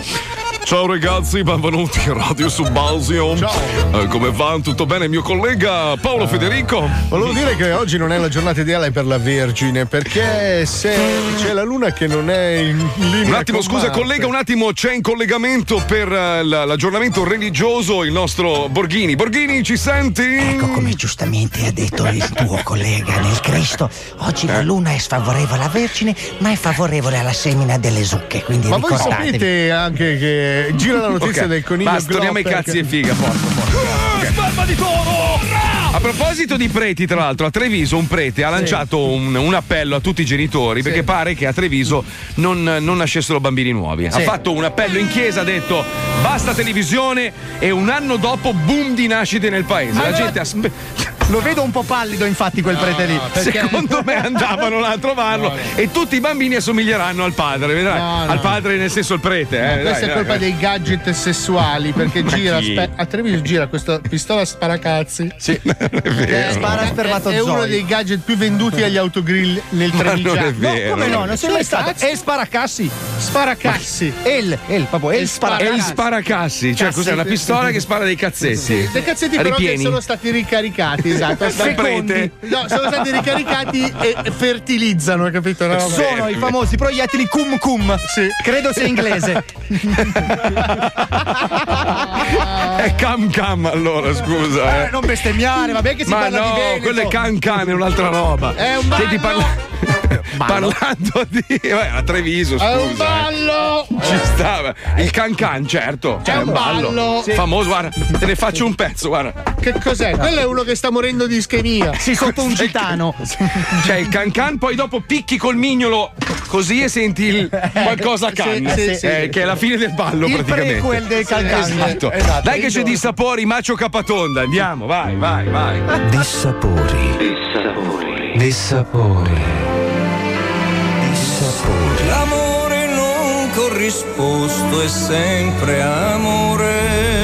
Ciao ragazzi, benvenuti in Radio Subasio. Ciao. Come va? Tutto bene? Mio collega Paolo Federico. Volevo dire che oggi non è la giornata ideale per la Vergine, perché se c'è la luna che non è in linea. Un attimo, con scusa Marte. collega, un attimo, c'è in collegamento per l'aggiornamento religioso il nostro Borghini. Borghini, ci senti? Ecco, come giustamente ha detto il tuo collega nel Cristo, oggi la luna è sfavorevole alla Vergine, ma è favorevole alla semina delle zucche, quindi Ma voi ricordatevi. sapete anche che gira la notizia Ok, del coniglio basta, torniamo ai Glopper cazzi e figa, porca. Sperma di toro! A proposito di preti, tra l'altro, a Treviso un prete ha lanciato un appello a tutti i genitori perché pare che a Treviso non nascessero bambini nuovi. Ha fatto un appello in chiesa, ha detto basta televisione e un anno dopo boom di nascite nel paese. La gente Lo vedo un po' pallido, infatti, quel prete lì. secondo me andavano là a trovarlo e tutti i bambini assomiglieranno al padre, vedrai? No. Al padre nel senso il prete. Questa è colpa dei gadget sessuali, perché Ma gira chi? a Treviso gira questa pistola sparacazzi. Sì, è vero. Spara È spermatozoi. uno dei gadget più venduti agli autogrill nel Ma non è Trevigiano. vero. Come no? Non sei mai stato. E sparacassi. Sparacassi. Proprio il È il sparacassi. sparacassi, cioè cos'è? Una pistola che spara dei cazzetti. Dei cazzetti però che ripieni. sono stati ricaricati, esatto. Dal prete. No, sono stati ricaricati e fertilizzano, hai capito? No, Sono i famosi proiettili cum cum. Sì. Credo sia inglese. È cam cam allora, scusa. Non bestemmiare, vabbè che si Ma parla di no, Veneto. quello è can can, è un'altra roba. È un ballo. Senti, parlando di. A Treviso, scusa. È un ballo. Ci stava. Il can can, certo. È un ballo. Sì. Famoso, guarda, te ne faccio un pezzo, guarda. Che cos'è? Quello è uno che sta morendo di ischemia. Sì, sotto un gitano. C'è il can can, poi dopo picchi col mignolo così e senti qualcosa a canna. Sì, sì. Che è la fine del ballo, Il praticamente. prequel del can can. Esatto. Esatto. Dai che c'è di sapori, Macio Capatonda. Andiamo, vai. Dissapori. L'amore non corrisposto è sempre amore.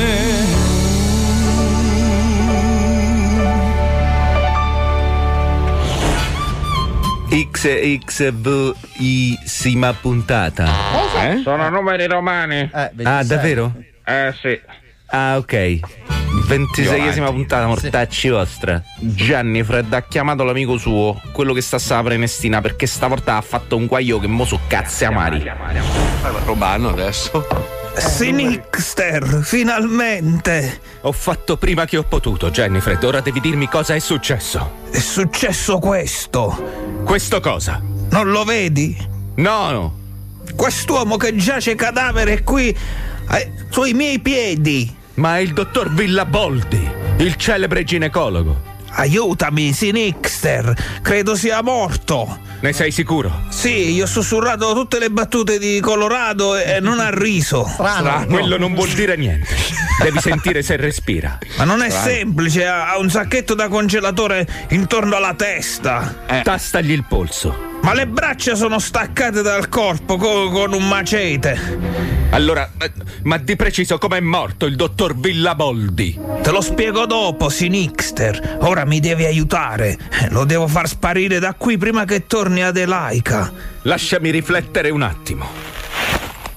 XXVissima puntata. Sono numeri romani. Ah, davvero? Sì. Ah, ok. 26esima puntata, mortacci vostra. Gianni Fred ha chiamato l'amico suo, quello che sta a Prenestina, perché stavolta ha fatto un guaio che mo so cazzi amari. Robano adesso. Sinixter, finalmente! Ho fatto prima che ho potuto, Jennifer. Ora devi dirmi cosa è successo. È successo questo. Questo cosa? Non lo vedi? No. Quest'uomo che giace cadavere qui sui miei piedi. Ma è il dottor Villaboldi, il celebre ginecologo. Aiutami, Sinixter. Credo sia morto. Ne sei sicuro? Sì, gli ho sussurrato tutte le battute di Colorado e non ha riso. Strano. Quello non vuol dire niente. Devi sentire se respira. Ma non è semplice, ha un sacchetto da congelatore intorno alla testa. Tastagli il polso. Ma le braccia sono staccate dal corpo con un macete. Allora, ma di preciso com'è morto il dottor Villaboldi? Te lo spiego dopo, Sinixter. Ora mi devi aiutare. Lo devo far sparire da qui prima che torni ad Elaica. Lasciami riflettere un attimo.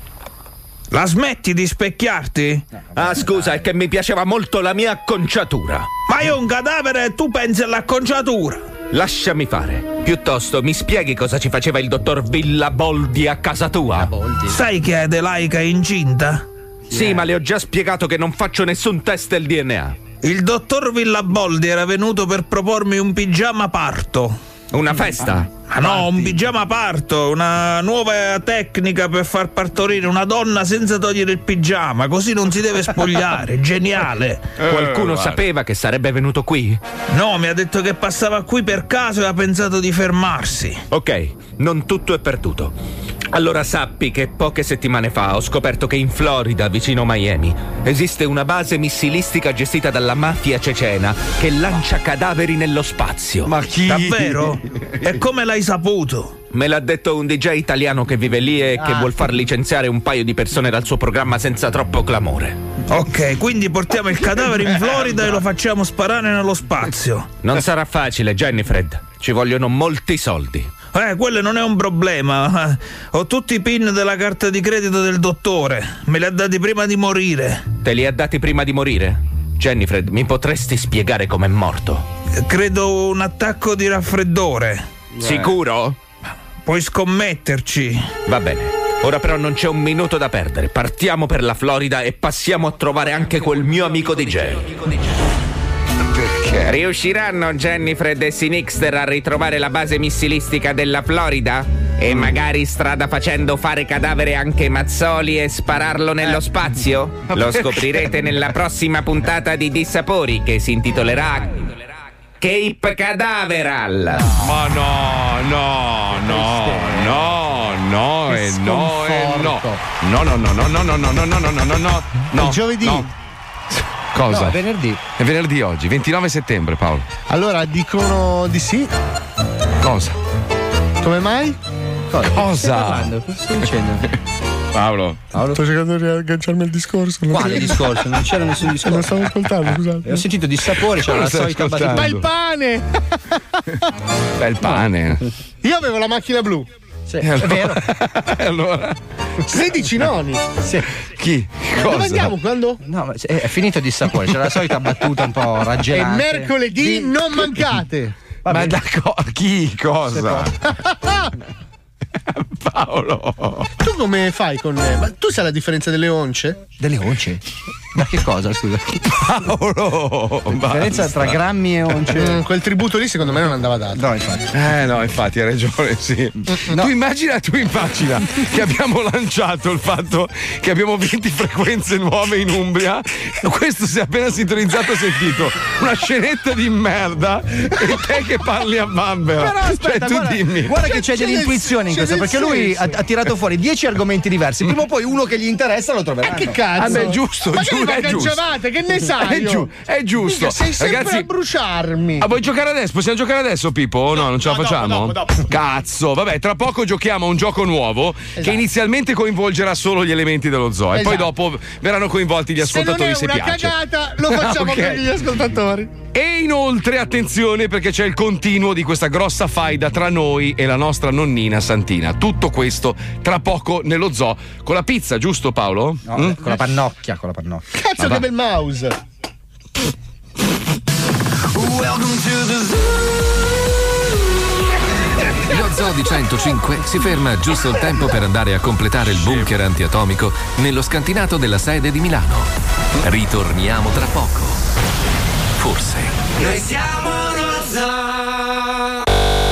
La smetti di specchiarti? Ah, scusa, è che mi piaceva molto la mia acconciatura. Ma io un cadavere e tu pensi all'acconciatura? Lasciami fare. Piuttosto mi spieghi cosa ci faceva il dottor Villaboldi a casa tua? Sai che Adelaika è incinta? Sì, ma le ho già spiegato che non faccio nessun test del DNA. Il dottor Villaboldi era venuto per propormi un pigiama parto. Una festa? Ah no, un pigiama parto, una nuova tecnica per far partorire una donna senza togliere il pigiama, così non si deve spogliare, geniale. Qualcuno sapeva che sarebbe venuto qui? No, mi ha detto che passava qui per caso e ha pensato di fermarsi. Ok, non tutto è perduto. Allora sappi che poche settimane fa ho scoperto che in Florida, vicino Miami, esiste una base missilistica gestita dalla mafia cecena che lancia cadaveri nello spazio. Ma chi? Davvero? E come l'hai saputo? Me l'ha detto un DJ italiano che vive lì e che vuol far licenziare un paio di persone dal suo programma senza troppo clamore. Ok, quindi portiamo il cadavere in Florida e lo facciamo sparare nello spazio. Non sarà facile, Jennifer. Ci vogliono molti soldi. Quello non è un problema. Ho tutti i PIN della carta di credito del dottore. Me li ha dati prima di morire. Te li ha dati prima di morire? Jennifer, mi potresti spiegare com'è morto? Credo un attacco di raffreddore. Sicuro? Puoi scommetterci. Va bene. Ora però non c'è un minuto da perdere. Partiamo per la Florida e passiamo a trovare anche quel mio amico DJ. Perché? Riusciranno Jennifer e Sinixter a ritrovare la base missilistica della Florida? E magari strada facendo fare cadavere anche Mazzoli e spararlo nello spazio? Lo scoprirete nella prossima puntata di Dissapori, che si intitolerà Cape Cadaveral. Ma no. Giovedì. Cosa? No, è venerdì. È venerdì oggi, 29 settembre, Paolo. Allora dicono di sì. Cosa? Come mai? Cosa? Cosa stai dicendo? Paolo. Sto cercando di agganciarmi al discorso. Quale discorso? Non c'era nessun discorso. Non stavo ascoltando, scusate. Ho sentito Dissapori, c'era la solita battuta. Ma il pane! Bel pane. Io avevo la macchina blu. Sì, è vero. Allora? 16 noni. Sì. Chi? Cosa? Dove andiamo quando? No, ma è finito Dissapori, c'era la solita battuta un po' raggelante. E mercoledì non mancate. Ma chi? Cosa? Paolo. Tu come fai con me? Ma tu sai la differenza delle once? Delle once? Ma che cosa, scusa? Paolo! La differenza tra grammi e once? Quel tributo lì secondo me non andava dato. No, infatti. No, infatti hai ragione, sì. No. Tu immagina che abbiamo lanciato il fatto che abbiamo 20 frequenze nuove in Umbria. Questo si è appena sintonizzato, ha sentito una scenetta di merda e te che parli a bambera. Però aspetta, cioè, tu dimmi. Guarda che c'è dell'intuizione in questo, perché lui ha tirato fuori 10 argomenti diversi. Prima o poi uno che gli interessa lo troverà. Che cazzo? È giusto, ma che caggiavate, che ne sai? È giusto. Mica, sei sempre ragazzi, a bruciarmi. Vuoi giocare adesso? Possiamo giocare adesso, Pippo? O no, non ce la facciamo? Dopo. Cazzo, vabbè, tra poco giochiamo a un gioco nuovo che inizialmente coinvolgerà solo gli elementi dello zoo e poi dopo verranno coinvolti gli ascoltatori se piace. Se non è una cagata, lo facciamo con gli ascoltatori. E inoltre, attenzione, perché c'è il continuo di questa grossa faida tra noi e la nostra nonnina Santina. Tutto questo tra poco nello zoo con la pizza, giusto Paolo? No, con la pannocchia, Cazzo, che bel mouse. Lo Zoo di 105 si ferma giusto il tempo per andare a completare il bunker antiatomico nello scantinato della sede di Milano. Ritorniamo tra poco. Forse. Noi siamo lo zoo.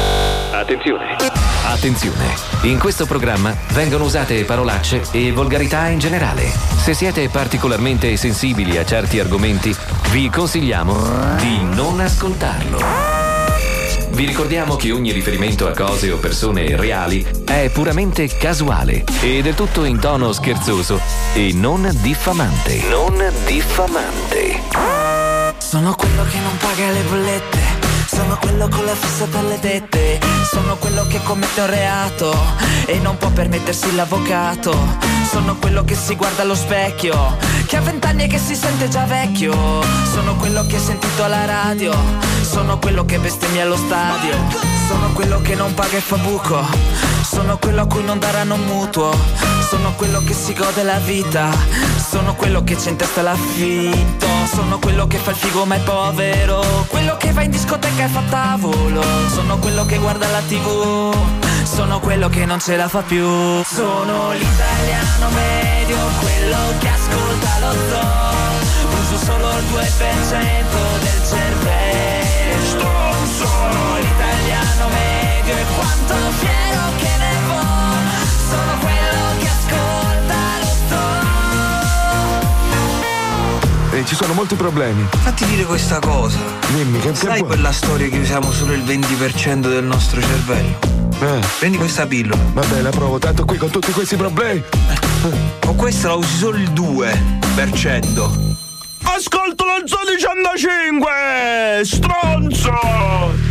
Attenzione, in questo programma vengono usate parolacce e volgarità in generale. Se siete particolarmente sensibili a certi argomenti, vi consigliamo di non ascoltarlo. Vi ricordiamo che ogni riferimento a cose o persone reali è puramente casuale e del tutto in tono scherzoso e non diffamante. Sono quello che non paga le bollette. Sono quello con la fissa per le tette. Sono quello che commette un reato e non può permettersi l'avvocato. Sono quello che si guarda allo specchio, che ha 20 anni e che si sente già vecchio. Sono quello che hai sentito alla radio. Sono quello che bestemmia allo stadio. Sono quello che non paga e fa buco. Sono quello a cui non daranno un mutuo. Sono quello che si gode la vita. Sono quello che c'è in testa l'affitto. Sono quello che fa il figo ma è povero. Quello che va in discoteca e fa tavolo. Sono quello che guarda la TV. Sono quello che non ce la fa più. Sono l'italiano medio, quello che ascolta lo zoo. Uso solo il 2% del cervello. Sono l'italiano medio e quanto fiero che ne vo. Sono quello che ascolta lo zoo. Ci sono molti problemi. Fatti dire questa cosa. Dimmi che sai quella storia che usiamo solo il 20% del nostro cervello? Prendi questa pillola. Vabbè, la provo, tanto qui con tutti questi problemi. Con questa la usi solo il 2%. Ascolto lo Zoo 15, stronzo!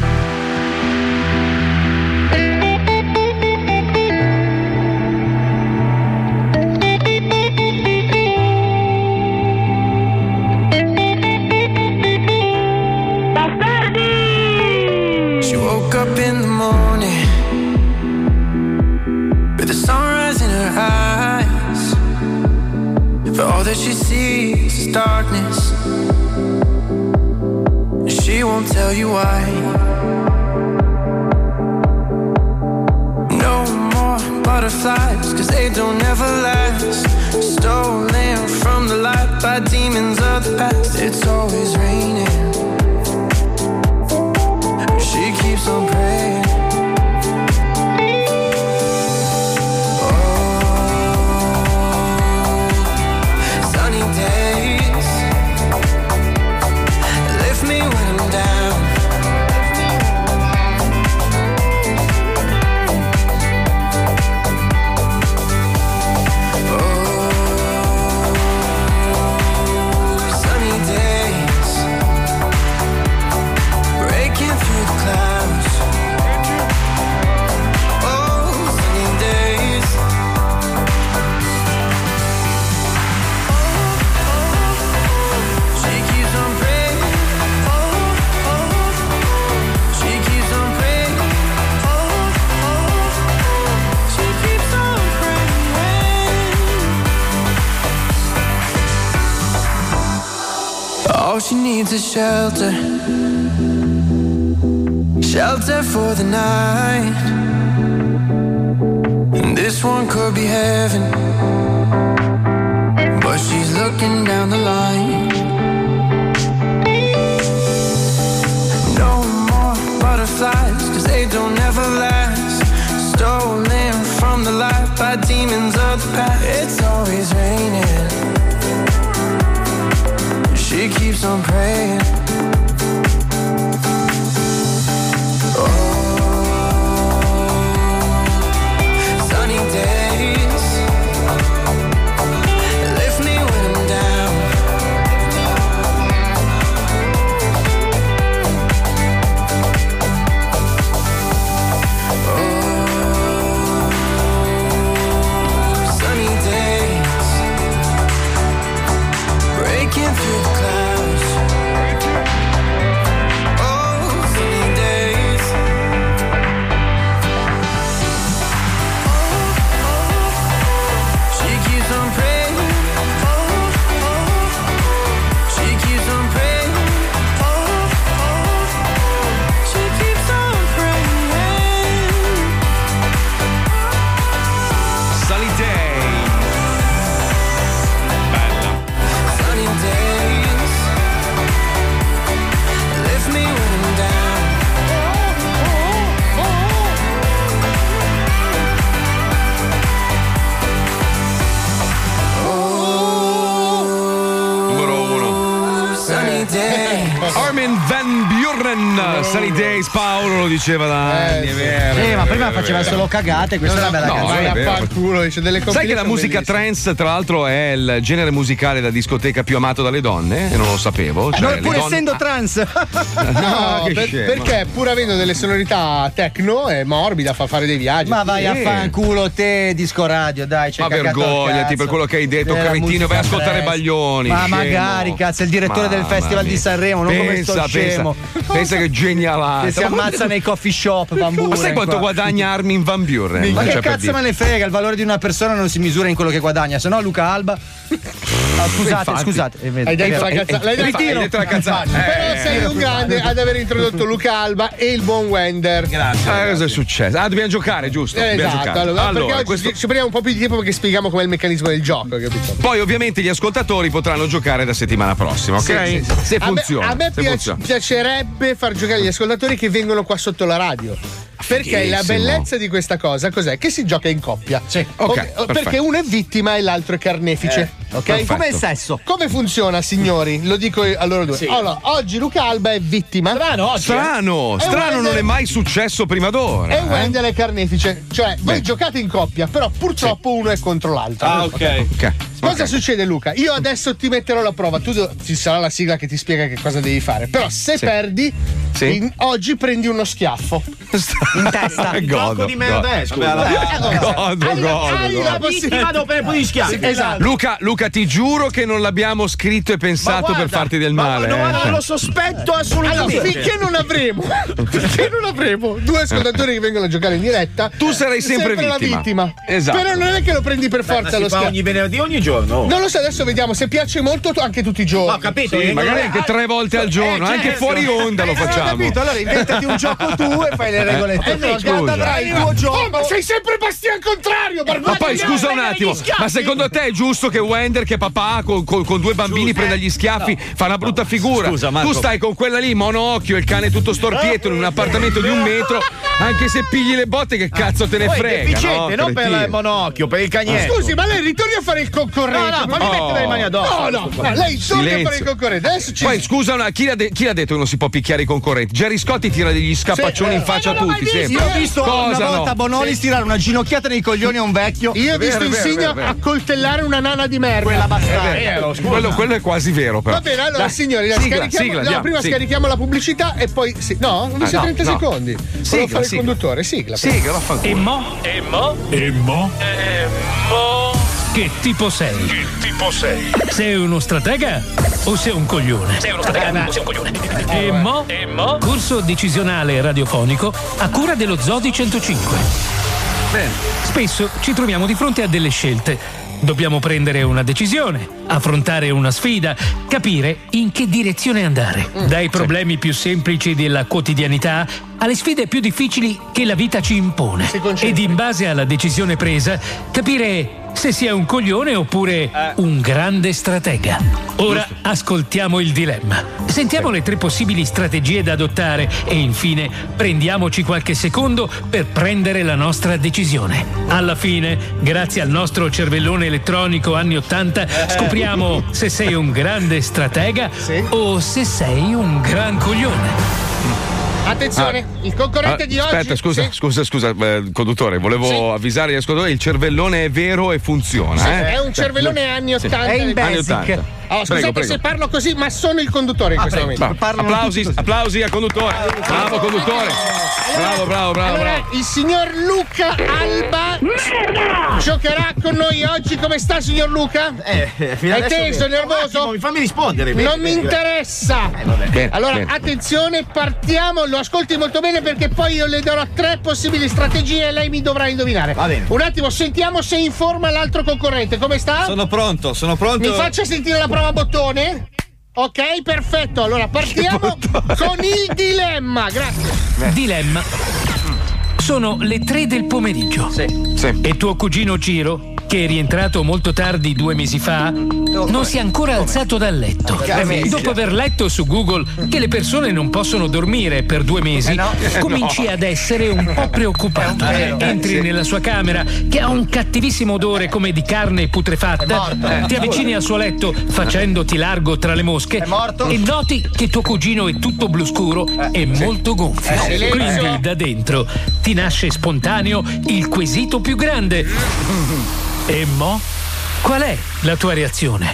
She woke up in the morning with the sunrise in her eyes. For all that she sees is darkness. She won't tell you why. No more butterflies, 'cause they don't ever last. Stolen from the light by demons of the past. It's always raining. She keeps on praying. All she needs is shelter. Shelter for the night. And this one could be heaven, but she's looking down the line. No more butterflies, 'cause they don't ever last. Stolen from the light by demons of the past. It's always raining. She keeps on praying. Sunny days lift me when I'm down. Sunny days breaking through the clouds. Sunny days. She keeps on praying. She keeps on praying. She keeps on praying. Sunny Day. Bella. Sunny days lift me when I'm down. Numero 1. Sunny days. Armin Van Buren. Sunny Days, Paolo lo diceva da anni, è vero. Ma prima faceva solo cagate, questa è una bella canzone. è vero. Dice delle Sai che la musica trance, tra l'altro, è il genere musicale da discoteca più amato dalle donne? E non lo sapevo. Cioè, Noi pur le donne- essendo trans. No, che scema. perché pur avendo delle sonorità techno è morbida, fa fare dei viaggi. Ma vai a fanculo te, disco radio, dai. Ma vergognati per quello che hai detto, Della cretino, vai a musica ascoltare trance. Baglioni. Ma scemo. magari, cazzo, è il direttore del Mamma Festival mia. di Sanremo, non come sto scemo. Pensa che genialata. Che si ammazza nei coffee shop, Van Buren. Ma sai quanto guadagna Armin Van Buren? Ma che cazzo me ne frega? Il valore di una persona non si misura in quello che guadagna, se no Luca Alba. Scusate. Hai detto la cazzata. Però sei un grande ad aver introdotto Luca Alba e il buon Wender. Grazie. Cosa è successo? Dobbiamo giocare, giusto? Esatto. Allora, perché oggi ci prendiamo un po' più di tempo perché spieghiamo com'è il meccanismo del gioco, capito? Poi ovviamente gli ascoltatori potranno giocare da settimana prossima, ok? Sì. Se funziona. A me piacerebbe far giocare gli ascoltatori che vengono qua sotto la radio. Perché la bellezza di questa cosa cos'è? Che si gioca in coppia. Sì. Perché uno è vittima e l'altro è carnefice. Ok? Come il sesso. Come funziona, signori? Lo dico a loro due. Sì. Allora, oggi Luca Alba è vittima. Strano, non è mai successo prima d'ora. E Wendell è carnefice. Cioè, voi giocate in coppia, però purtroppo uno è contro l'altro. Ok. Cosa succede, Luca? Io adesso ti metterò alla prova. Ci sarà la sigla che ti spiega che cosa devi fare. Però se perdi, oggi prendi uno schiaffo. In testa. Gioco di merda, scusa. Godo. La vittima dopo un po' di schiaffi. Esatto. Luca, ti giuro che non l'abbiamo scritto e pensato per farti del male. Non lo sospetto assolutamente. Allora, finché non avremo due ascoltatori che vengono a giocare in diretta, tu sarai sempre la vittima. Esatto. Però non è che lo prendi per forza lo schiaffo. Ogni venerdì, ogni giorno. Non lo so, adesso vediamo se piace molto anche tutti i giorni. Ho capito. Sì, magari anche 3 volte al giorno, anche fuori onda lo facciamo. Ho capito, allora inventati un gioco tu e fai le regolette. Avrai il tuo gioco. Ma sei sempre Bastian contrario, Ma poi scusa un attimo, ma secondo te è giusto che Wender, che papà con 2 bambini, prenda gli schiaffi, fa una brutta figura? Scusa, Marco. Tu stai con quella lì, monocchio, il cane tutto storpietto in un appartamento di 1 metro, anche se pigli le botte, che cazzo te ne frega? Efficiente, non per il monocchio, per il cagnetto. Scusi, ma lei ritorni a fare il concorrente. No, fammi mettere le mani addosso. No, lei torna a fare il concorrente. Adesso Poi scusa, chi l'ha detto che non si può picchiare i concorrenti? Gerry Scotti tira degli scapaccioni in faccia a tutti. Io ho visto una volta Bonolis tirare una ginocchiata nei coglioni a un vecchio. Io ho visto Insigne a coltellare una nana di merda. Quella bastarda. Quello è quasi vero, però. Va bene, allora signori, prima scarichiamo la pubblicità e poi no, non sia 30 secondi. Volevo fare il conduttore, sigla. E mo? Che tipo sei? Sei uno stratega o sei un coglione? E mo? Corso decisionale radiofonico a cura dello Zodi 105. Bene. Spesso ci troviamo di fronte a delle scelte. Dobbiamo prendere una decisione, affrontare una sfida, capire in che direzione andare. Dai problemi più semplici della quotidianità alle sfide più difficili che la vita ci impone. Ed in base alla decisione presa, capire se sia un coglione oppure un grande stratega. Ora ascoltiamo il dilemma. Sentiamo le 3 possibili strategie da adottare e infine prendiamoci qualche secondo per prendere la nostra decisione. Alla fine, grazie al nostro cervellone elettronico anni 80, scopriamo se sei un grande stratega o se sei un gran coglione. Attenzione, il concorrente di oggi. Aspetta, scusa, conduttore, volevo avvisare gli ascoltatori: il cervellone è vero e funziona. È un cervellone anni 80. È in basic. Scusate se parlo così, ma sono il conduttore in questo momento. Applausi al conduttore. Bravo conduttore. Bravo. Allora, il signor Luca Alba giocherà con noi oggi. Come sta, signor Luca? È teso, nervoso? Fammi rispondere. Non mi interessa. Allora, attenzione, partiamo. Lo ascolti molto bene perché poi io le darò 3 possibili strategie e lei mi dovrà indovinare. Va bene. Un attimo, sentiamo se informa l'altro concorrente. Come sta? Sono pronto. Mi faccia sentire la prova bottone. Ok, perfetto. Allora partiamo con il dilemma. Grazie. Dilemma. Sono le 3 del pomeriggio. Sì. E tuo cugino Ciro, che è rientrato molto tardi 2 mesi fa, non si è ancora alzato dal letto. Dopo aver letto su Google che le persone non possono dormire per 2 mesi, cominci ad essere un po' preoccupato. Entri nella sua camera, che ha un cattivissimo odore come di carne putrefatta, ti avvicini al suo letto facendoti largo tra le mosche e noti che tuo cugino è tutto blu scuro e molto gonfio. Quindi da dentro ti nasce spontaneo il quesito più grande. E mo? Qual è la tua reazione?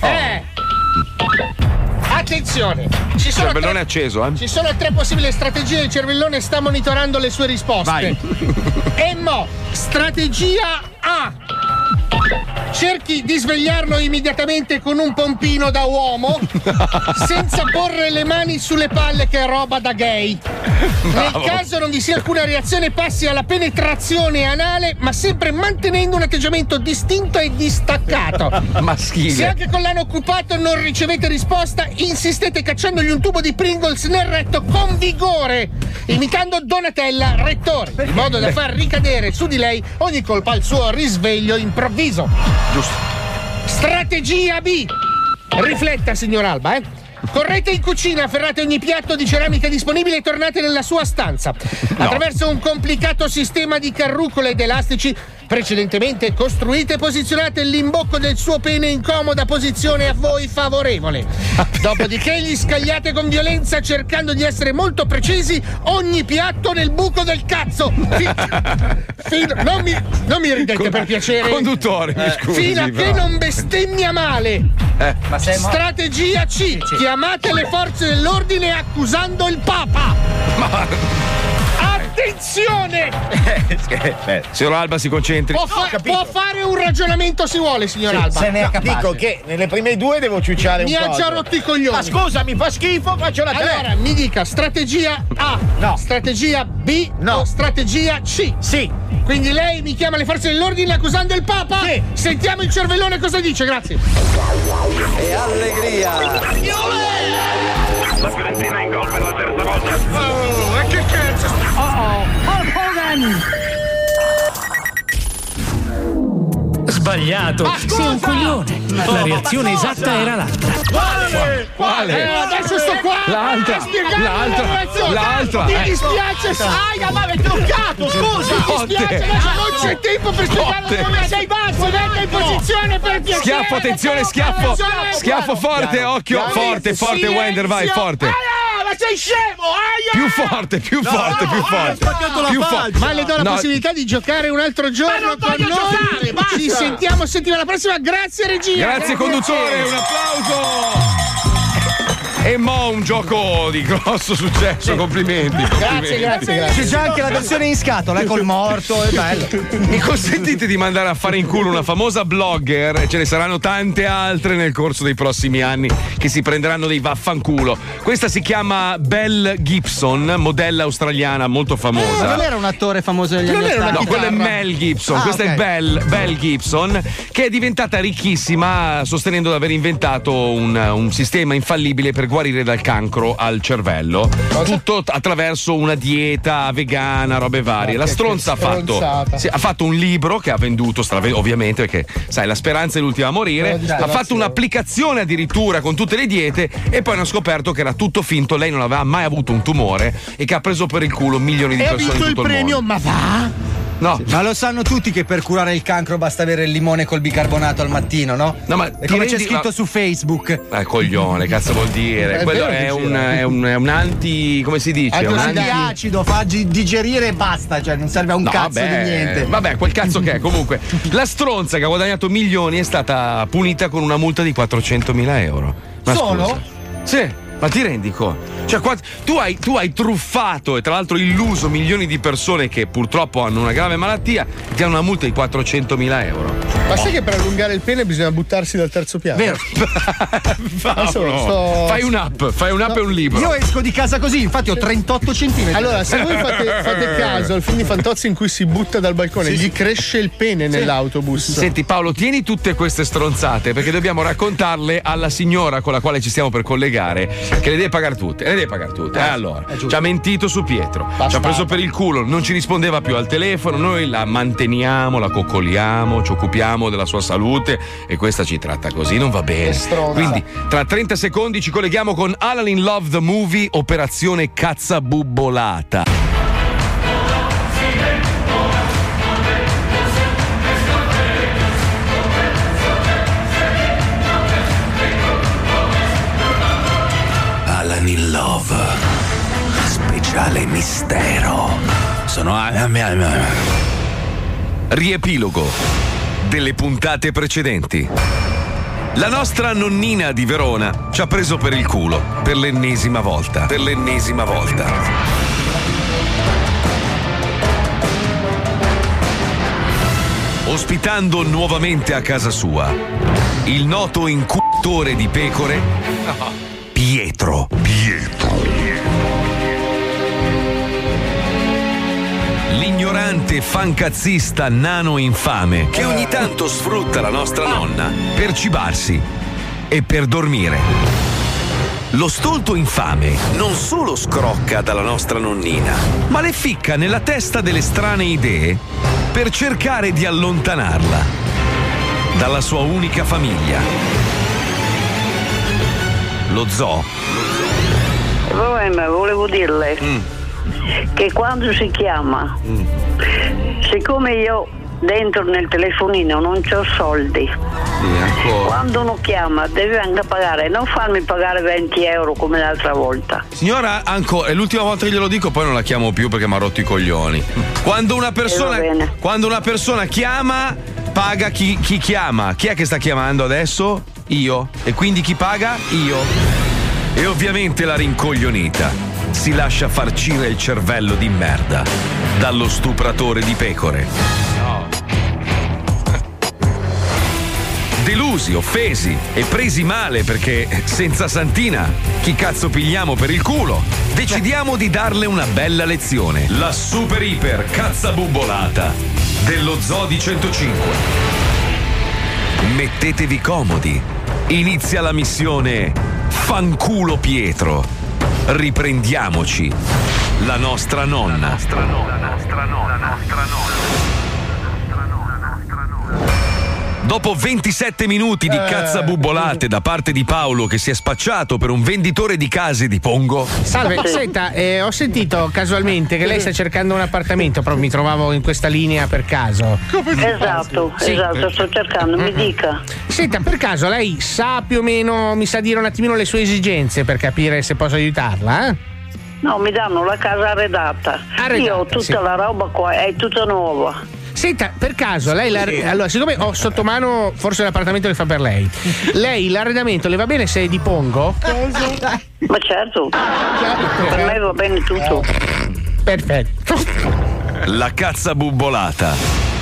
Attenzione! Il cervellone è acceso, Ci sono 3 possibili strategie, il cervellone sta monitorando le sue risposte. Vai. E mo, strategia A. cerchi di svegliarlo immediatamente con un pompino da uomo, senza porre le mani sulle palle, che è roba da gay. Nel caso non vi sia alcuna reazione, passi alla penetrazione anale, ma sempre mantenendo un atteggiamento distinto e distaccato. Maschile. Se anche con l'ano occupato non ricevete risposta, insistete cacciandogli un tubo di Pringles nel retto con vigore, imitando Donatella Rettore, in modo da far ricadere su di lei ogni colpa al suo risveglio improvviso. Giusto. Strategia B. Rifletta, signor Alba, Correte in cucina, afferrate ogni piatto di ceramica disponibile e tornate nella sua stanza. Attraverso un complicato sistema di carrucole ed elastici precedentemente costruite, posizionate l'imbocco del suo pene in comoda posizione a voi favorevole. Dopodiché gli scagliate con violenza, cercando di essere molto precisi, ogni piatto nel buco del cazzo. Non mi ridete, per piacere. Conduttore, mi scusi. Fino a che non bestemmia male. Strategia C. Chiamate le forze dell'ordine accusando il Papa. Attenzione! Signor Alba, si concentri. Può fare un ragionamento se vuole, signor Alba. Se ne è capace. Dico che nelle prime due devo ciucciare un po'. Mi ha già rotto i coglioni. Ma scusa, mi fa schifo, faccio la 3. Allora, mi dica, strategia A, no. Strategia B, no. O strategia C? Sì. Quindi lei mi chiama le forze dell'ordine accusando il Papa? Sì. Sentiamo il cervellone cosa dice, grazie. E allegria. La Fiorentina in gol per la terza volta. Oh, e che cazzo? Hulk Hogan! Sbagliato, sei un coglione. La reazione esatta era l'altra. Quale? Adesso sto qua. L'altra. Mi dispiace, sai, ma avete toccato, scusa. Mi dispiace, adesso non c'è tempo per spiegarlo come sei basso. Metta in posizione per piacere. Schiaffo, attenzione, schiaffo. Schiaffo forte, occhio. Forte, Wender, vai, forte. Ma sei scemo! Più forte. Ma le do la possibilità di giocare un altro giorno con noi. Ci sentiamo settimana prossima. Grazie, regia. Grazie, conduttore. Un applauso. E mo' un gioco di grosso successo, complimenti. Grazie. C'è già anche la versione in scatola, col morto, è bello. Mi consentite di mandare a fare in culo una famosa blogger, e ce ne saranno tante altre nel corso dei prossimi anni che si prenderanno dei vaffanculo. Questa si chiama Belle Gibson, modella australiana molto famosa. Non era un attore famoso negli anni 80? No, quello è Mel Gibson, questa è Belle Gibson, che è diventata ricchissima sostenendo di aver inventato un sistema infallibile per guarire dal cancro al cervello. Tutto attraverso una dieta vegana, robe varie. La stronza ha fatto un libro che ha venduto, ovviamente, perché sai, la speranza è l'ultima a morire. Ha fatto un'applicazione addirittura con tutte le diete, e poi hanno scoperto che era tutto finto. Lei non aveva mai avuto un tumore e che ha preso per il culo milioni di persone in tutto il mondo. Ha vinto il premio, ma va? No. Ma lo sanno tutti che per curare il cancro basta avere il limone col bicarbonato al mattino, no? No, ma è come c'è scritto su Facebook. Coglione, cazzo vuol dire? Quello è un anti, come si dice? È un antiacido, fa digerire e basta, cioè non serve a un cazzo di niente. Vabbè, quel cazzo che è. Comunque, la stronza che ha guadagnato milioni è stata punita con una multa di 400.000 euro. Ma solo? Scusa. Sì. Ma ti rendi conto? Cioè, tu hai truffato e tra l'altro illuso milioni di persone che purtroppo hanno una grave malattia e ti hanno una multa di 400.000 euro. Ma sai che per allungare il pene bisogna buttarsi dal terzo piano? Vero. Fai un'app e un libro. Io esco di casa così, infatti ho 38 centimetri. Allora, se voi fate caso al film di Fantozzi in cui si butta dal balcone, gli cresce il pene nell'autobus. Senti Paolo, tieni tutte queste stronzate perché dobbiamo raccontarle alla signora con la quale ci stiamo per collegare, che le deve pagare tutte. Allora, ci ha mentito su Pietro, ci ha preso per il culo, non ci rispondeva più al telefono, noi la manteniamo, la coccoliamo, ci occupiamo della sua salute e questa ci tratta così, non va bene. Quindi tra 30 secondi ci colleghiamo con Alan in Love the Movie, operazione cazzabubbolata. Alan in Love, speciale mistero. Sono Riepilogo delle puntate precedenti. La nostra nonnina di Verona ci ha preso per il culo per l'ennesima volta. ospitando nuovamente a casa sua il noto incuttore di pecore Pietro. L'ignorante fancazzista nano infame che ogni tanto sfrutta la nostra nonna per cibarsi e per dormire. Lo stolto infame non solo scrocca dalla nostra nonnina, ma le ficca nella testa delle strane idee per cercare di allontanarla dalla sua unica famiglia. Lo zoo. Il problema, volevo dirle che quando si chiama, siccome io dentro nel telefonino non c'ho soldi, quando uno chiama deve anche pagare, non farmi pagare 20 euro come l'altra volta. Signora, è l'ultima volta che glielo dico, poi non la chiamo più perché mi ha rotto i coglioni. Quando una persona chiama, paga chi chiama. Chi è che sta chiamando adesso? Io. E quindi chi paga? Io. E ovviamente la rincoglionita si lascia farcire il cervello di merda dallo stupratore di pecore. Delusi, offesi e presi male perché senza Santina chi cazzo pigliamo per il culo? Decidiamo di darle una bella lezione. La super iper cazzabubolata dello Zoo di 105. Mettetevi comodi. Inizia la missione Fanculo Pietro. Riprendiamoci la nostra nonna. Dopo 27 minuti di cazzabubolate da parte di Paolo che si è spacciato per un venditore di case di Pongo. Salve, senta, ho sentito casualmente che lei sta cercando un appartamento, però mi trovavo in questa linea per caso. Esatto, sto cercando, mi dica. Senta, per caso lei sa più o meno, mi sa dire un attimino le sue esigenze per capire se posso aiutarla, eh? No, mi danno la casa arredata. Io ho tutta la roba qua, è tutta nuova. Senta, per caso lei allora, siccome ho sotto mano forse l'appartamento che fa per lei, lei l'arredamento le va bene se è di Pongo? Ma certo. Per me va bene tutto. Perfetto. La cazzabubolata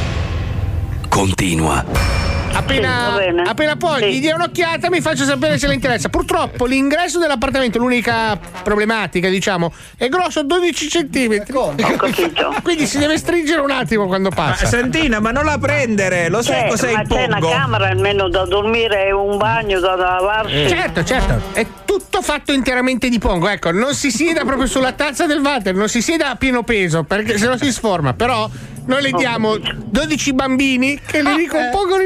continua. Appena poi gli dia un'occhiata mi faccio sapere se le interessa. Purtroppo l'ingresso dell'appartamento, l'unica problematica, diciamo, è grosso 12 centimetri. Ho capito. Quindi si deve stringere un attimo quando passa. Santina, ma non la prendere, lo sai cos'è il Pongo? Ma c'è una camera almeno da dormire e un bagno da lavarsi. Certo, è tutto fatto interamente di Pongo. Ecco, non si sieda proprio sulla tazza del water, non si sieda a pieno peso perché se no si sforma. Però noi le diamo 12 bambini che li ricompongono i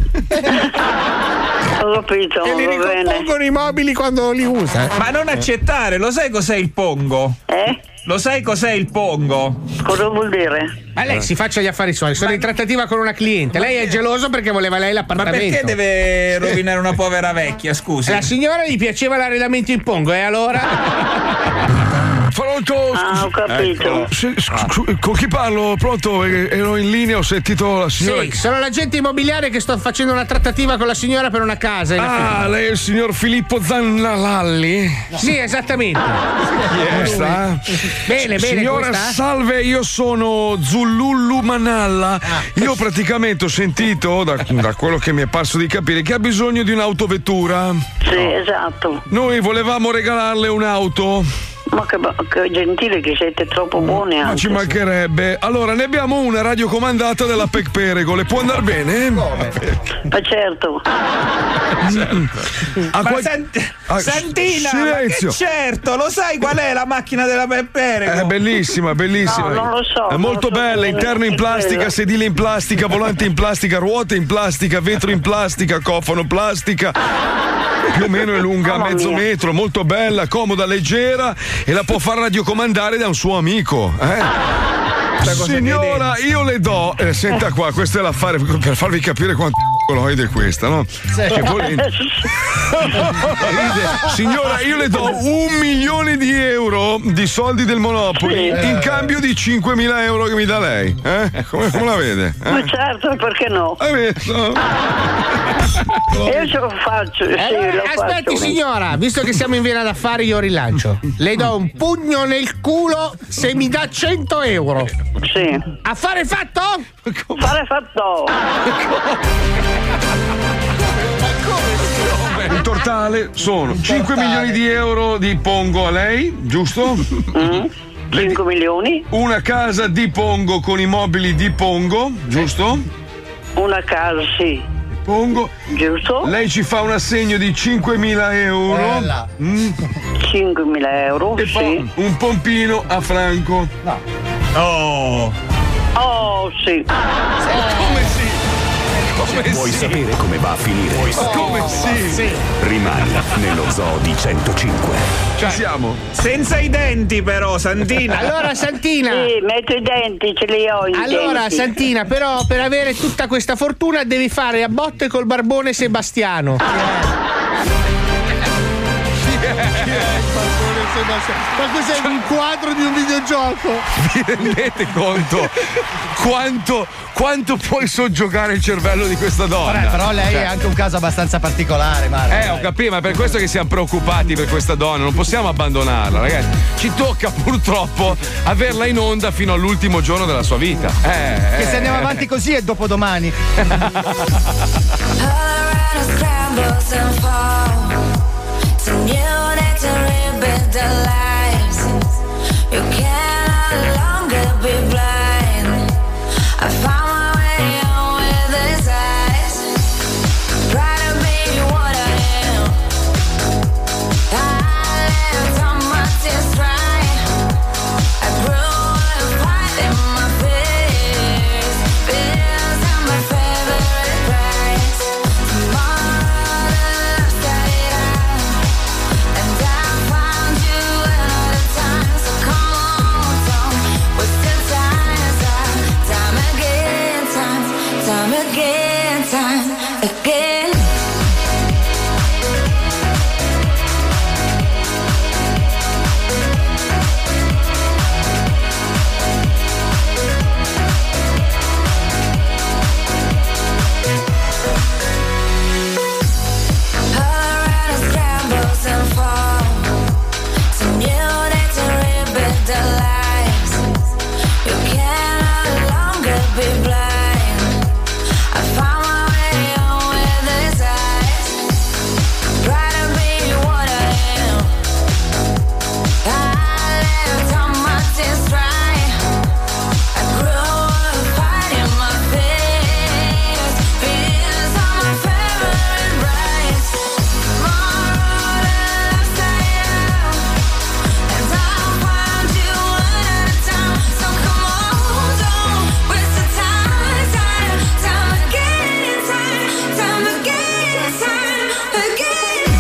Ho capito, e li ricompongono i mobili quando li usa. Ma non accettare, lo sai cos'è il Pongo? Lo sai cos'è il Pongo? Cosa vuol dire? Ma lei si faccia gli affari suoi, sono in trattativa con una cliente. Lei è geloso perché voleva lei l'appartamento. Ma perché deve rovinare una povera vecchia, scusi? La signora gli piaceva l'arredamento in Pongo e allora? Pronto? Ho capito. Con chi parlo? Pronto? Ero in linea, ho sentito la signora. Sì, sono l'agente immobiliare che sto facendo una trattativa con la signora per una casa. Lei è il signor Filippo Zannalalli? Sì, esattamente. Come sta? Bene, signora, salve, io sono Zullullu Manalla. Io praticamente ho sentito, da quello che mi è parso di capire, che ha bisogno di un'autovettura. Sì, esatto. Noi volevamo regalarle un'auto. Ma che gentile che siete, troppo buoni anche. Ma ci mancherebbe. Allora, ne abbiamo una radiocomandata della Pec Perego. Le può andare bene? Ma certo. Santina, silenzio. Certo, lo sai qual è la macchina della Pec Perego? È bellissima, bellissima. No, non lo so. È molto bella, interno in plastica, sedile in plastica, volante in plastica, ruote in plastica, vetro in plastica, cofano plastica. Più o meno è lunga mezzo metro, molto bella, comoda, leggera e la può far radiocomandare da un suo amico. Signora, io le do. Senta qua, questo è l'affare per farvi capire quanto Polaroid è questa, no? Che volendo. Signora, io le do 1 milione di euro di soldi del Monopoli in cambio di 5.000 euro che mi dà lei. Come la vede? Ma certo, perché no? Io ce lo faccio. Aspetti, signora, visto che siamo in vena d'affari, io rilancio. Le do un pugno nel culo se mi dà 100 euro. Sì. Affare fatto? Affare fatto. In totale sono 5 milioni di euro di Pongo a lei, giusto? 5 milioni. Una casa di Pongo con i mobili di Pongo, giusto? Una casa, sì. Pongo. Giusto. Lei ci fa un assegno di 5.000 euro. 5.000 euro, e sì. poi un pompino a Franco. No. Oh, sì. Come sì? Vuoi sapere come va a finire? Come sì? Rimani nello Zoo di 105. Ci siamo. Senza i denti, però, Santina. Allora, Santina. Sì, metto i denti, ce li ho. Allora, Santina, però per avere tutta questa fortuna devi fare a botte col barbone Sebastiano. Ma cos'è, un quadro di un videogioco? Vi rendete conto quanto puoi soggiogare il cervello di questa donna? Però lei è anche un caso abbastanza particolare, Mario. Ho capito, ma è per questo che siamo preoccupati per questa donna, non possiamo abbandonarla, ragazzi. Ci tocca purtroppo averla in onda fino all'ultimo giorno della sua vita. Che se andiamo avanti così è dopodomani. You can no longer be blind. I found my way on with his eyes. Proud to be what I am. I lived on my tears dry. I grew and fight in my fears. Fears are my favorite price. Tomorrow the left side out, and I found you another time. So come on, don't waste your time again, time again. Colorado scrambles and falls. Some new day to rebuild their lives. You can no longer be blind. I found my way on with his eyes. Proud to be what I am. I lived on my tears dry. I grew up fighting my fears. Fears are my favorite rights. Tomorrow the left side out, and I'll find you another time. So come on, don't waste the time again, time again.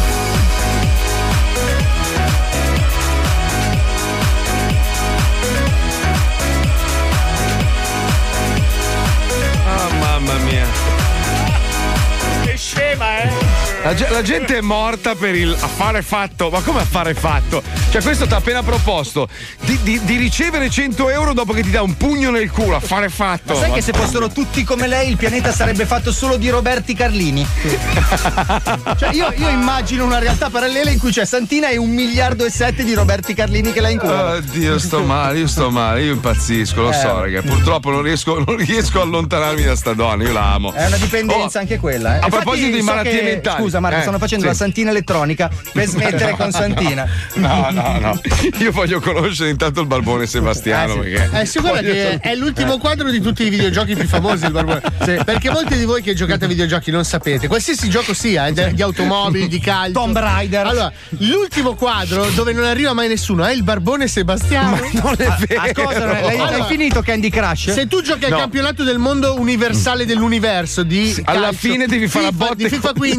Mamma mia. Che scema, La gente è morta per il affare fatto. Ma come affare fatto? Cioè, questo ti ha appena proposto di ricevere 100 euro dopo che ti dà un pugno nel culo. Affare fatto. Ma sai che se fossero tutti come lei, il pianeta sarebbe fatto solo di Roberti Carlini? Cioè, io immagino una realtà parallela in cui c'è Santina e 1,7 miliardi di Roberti Carlini che la incuba. Oddio, sto male, io impazzisco, lo so, raga. Purtroppo non riesco a allontanarmi da sta donna, io la amo. È una dipendenza anche quella. A Infatti, proposito di malattie mentali. Scusa, Marco, stanno facendo la Santina elettronica per smettere con Santina. No. Io voglio conoscere intanto il barbone Sebastiano. Perché sicuro che è l'ultimo quadro di tutti i videogiochi più famosi il barbone. Sì. Perché molti di voi che giocate a videogiochi non sapete, qualsiasi gioco sia, di automobili, di calcio, Tomb Raider. Allora, l'ultimo quadro dove non arriva mai nessuno è il barbone Sebastiano. Ma non è vero. A cosa? L'hai finito Candy Crush? Se tu giochi al campionato del mondo universale dell'universo di alla calcio, fine devi fare la botte di FIFA 15,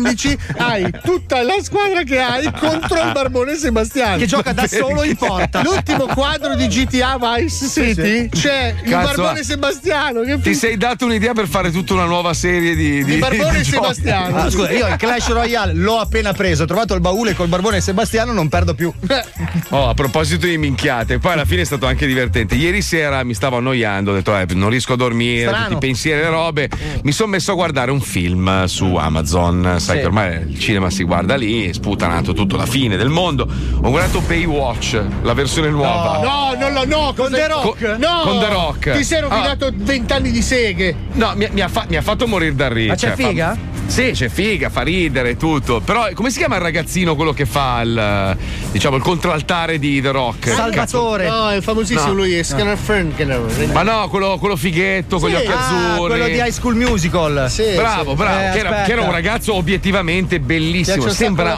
hai tutta la squadra che hai contro il Barbone Sebastiano che gioca da solo in porta. L'ultimo quadro di GTA Vice City c'è il Barbone Sebastiano che ti sei dato un'idea per fare tutta una nuova serie di Barbone Sebastiano. Scusa, io il Clash Royale l'ho appena preso, ho trovato il baule col Barbone Sebastiano, non perdo più. A proposito di minchiate, poi alla fine è stato anche divertente. Ieri sera mi stavo annoiando, ho detto non riesco a dormire, tutti i pensieri e robe. Mi sono messo a guardare un film su Amazon, sai che ormai il cinema si guarda lì, è sputanato tutto, la fine del mondo. Ho guardato Baywatch, la versione nuova. No, con The Rock. Con The Rock. Ti sei rovinato 20 anni di seghe. No, mi ha fatto morire da ridere. Ma c'è figa? Sì, c'è figa, fa ridere tutto. Però come si chiama il ragazzino quello che fa il contraltare di The Rock? Salvatore. No, è famosissimo lui, è Scanner Franken. Ma no, quello fighetto con gli occhi azzurri. Quello di High School Musical. Sì, bravo. Che era un ragazzo obiettivamente bellissimo.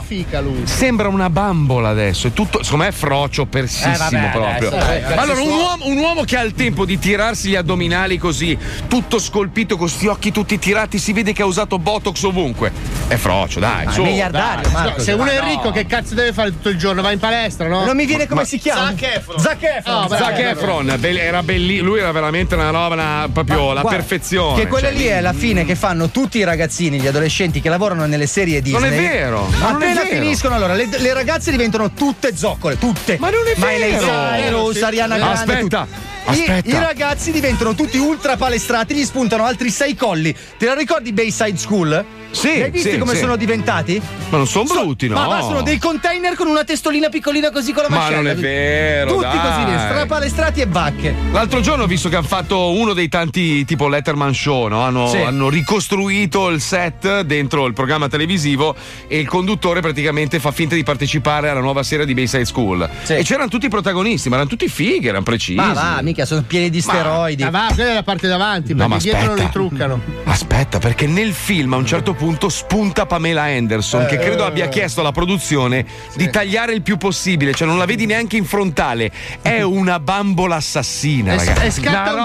Sembra una bambola adesso. È tutto, secondo me è frocio persissimo proprio. Allora, un uomo che ha il tempo di tirarsi gli addominali così, tutto scolpito, con questi occhi tutti tirati, si vede che ha usato Botox ovunque. È frocio, dai. È miliardario, Marco. Se uno è ricco, che cazzo deve fare tutto il giorno? Va in palestra, no? Non mi viene come si chiama? Zac Efron. Era bellissimo. Lui era veramente una roba, proprio la perfezione. Che quella lì è la fine che fanno tutti i ragazzini, gli adolescenti che lavorano nelle serie Disney. Non è vero. Appena finiscono, allora le ragazze diventano tutte zoccole, tutte. Ma non è vero. Miley Cyrus, Ariana Grande. Aspetta. I ragazzi diventano tutti ultra palestrati, gli spuntano altri 6 colli. Te la ricordi Bayside School? Sì. Hai visto come sono diventati? Ma non sono brutti, no? Ma sono dei container con una testolina piccolina così con la mascella. Ma non è vero, tutti così, strapalestrati e bacche. L'altro giorno ho visto che hanno fatto uno dei tanti tipo Letterman Show, no? Hanno ricostruito il set dentro il programma televisivo e il conduttore praticamente fa finta di partecipare alla nuova serie di Bayside School. E c'erano tutti i protagonisti, ma erano tutti fighi, erano precisi. Ma va, mica, sono pieni di steroidi. Ma quella è la parte davanti, perché dietro non li truccano. Aspetta, perché nel film a un certo punto spunta Pamela Anderson, che credo abbia chiesto alla produzione di tagliare il più possibile, cioè non la vedi neanche in frontale. È una bambola assassina, ragazzi.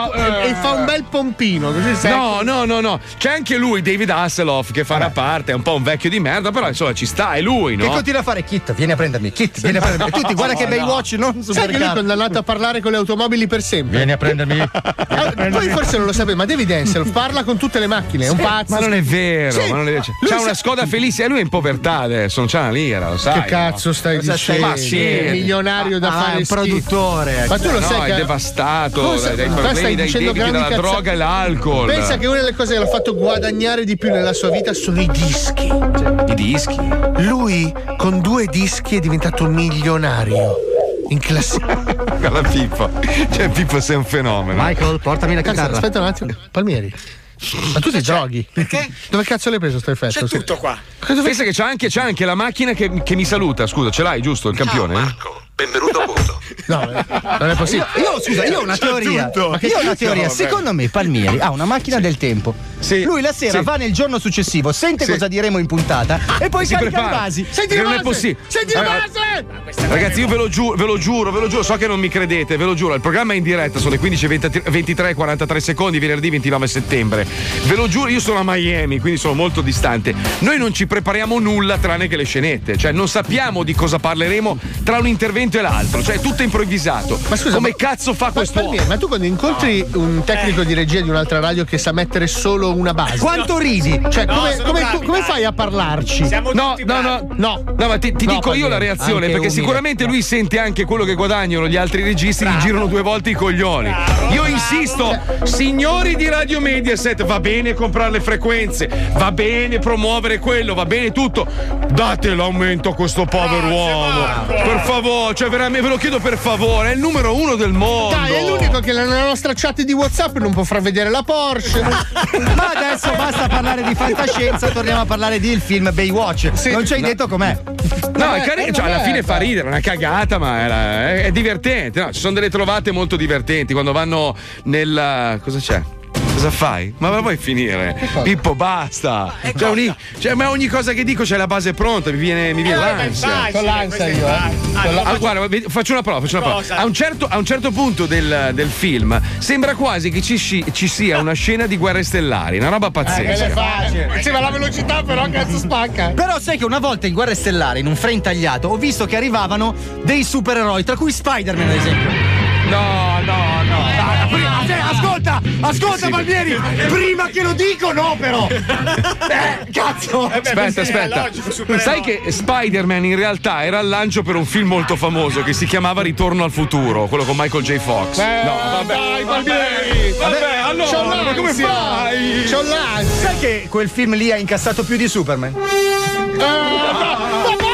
E fa un bel pompino. Così No. C'è anche lui, David Hasselhoff, che fa una parte, è un po' un vecchio di merda, però insomma ci sta, è lui, no? Che continua a fare Kit, vieni a prendermi. E tutti, guarda che Baywatch, non sai che lui è andato a parlare con le automobili per sempre. Vieni a prendermi. Poi forse non lo sapete, ma David Hasselhoff parla con tutte le macchine, è un pazzo. Ma non è vero, c'ha una Skoda Felicia e lui è in povertà adesso, non c'ha una lira, lo sai. Che cazzo stai dicendo? È milionario da fare un produttore. Ma tu lo sai che è devastato dai problemi, dai debiti della droga e l'alcol. Pensa che una delle cose che l'ha fatto guadagnare di più nella sua vita sono i dischi. I dischi? Lui con 2 dischi è diventato milionario. In classifica. La Pippo. Cioè Pippo sei un fenomeno. Michael, portami la chitarra. Aspetta un attimo. Palmieri. Ma tu ti droghi? Perché? Dove cazzo l'hai preso sto effetto? C'è tutto qua. Pensa che c'è anche la macchina che mi saluta. Scusa, ce l'hai giusto il campione? Marco, benvenuto a bordo. No, non è possibile. Io ho una teoria. Secondo me Palmieri ha una macchina del tempo. Sì. Lui la sera va nel giorno successivo, sente cosa diremo in puntata e poi carica i vasi. Senti le base! Ragazzi, io ve lo giuro, so che non mi credete, ve lo giuro, il programma è in diretta, sono le 15:23:43 secondi, venerdì 29 settembre. Ve lo giuro, io sono a Miami, quindi sono molto distante. Noi non ci prepariamo nulla tranne che le scenette, cioè non sappiamo di cosa parleremo tra un intervento e l'altro, cioè è tutto improvvisato. Ma scusa, come cazzo fa questo? Ma tu quando incontri un tecnico di regia di un'altra radio che sa mettere solo una base, quanto ridi? Cioè, come fai a parlarci? No, ma ti dico io la reazione, perché sicuramente lui sente anche quello che guadagnano gli altri registi, gli girano 2 volte i coglioni. Io insisto, signori di Radio Mediaset, va bene comprare le frequenze, va bene promuovere quello, va bene tutto, date l'aumento a questo povero uomo, per favore, cioè veramente ve lo chiedo per favore, è il numero 1 del mondo. Dai, è l'unico che nella nostra chat di WhatsApp non può far vedere la Porsche. Ma adesso basta parlare di fantascienza, torniamo a parlare del film Baywatch. Non ci hai detto com'è? No, è carino, cioè, alla fine fa ridere, è una cagata, ma è divertente. No, ci sono delle trovate molto divertenti quando vanno nel. Cosa c'è? Cosa fai? Ma la vuoi finire? Pippo, basta. Ma ogni cosa che dico c'è la base pronta, mi viene l'ansia. Con l'ansia io. Guarda, faccio una prova. A un certo punto del film sembra quasi che ci sia una scena di Guerre Stellari, una roba pazzesca. È facile. Sì, ma la velocità però cazzo spacca. Però sai che una volta in Guerre Stellari, in un frame tagliato, ho visto che arrivavano dei supereroi, tra cui Spider-Man ad esempio. No. Ascolta Palmieri, prima che lo dico no però. Cazzo. Aspetta. Sai che Spider-Man in realtà era il lancio per un film molto famoso che si chiamava Ritorno al futuro, quello con Michael J. Fox. Dai Palmieri. Vabbè, allora, ma come fai? C'ho l'ansia. Sai che quel film lì ha incassato più di Superman? Ma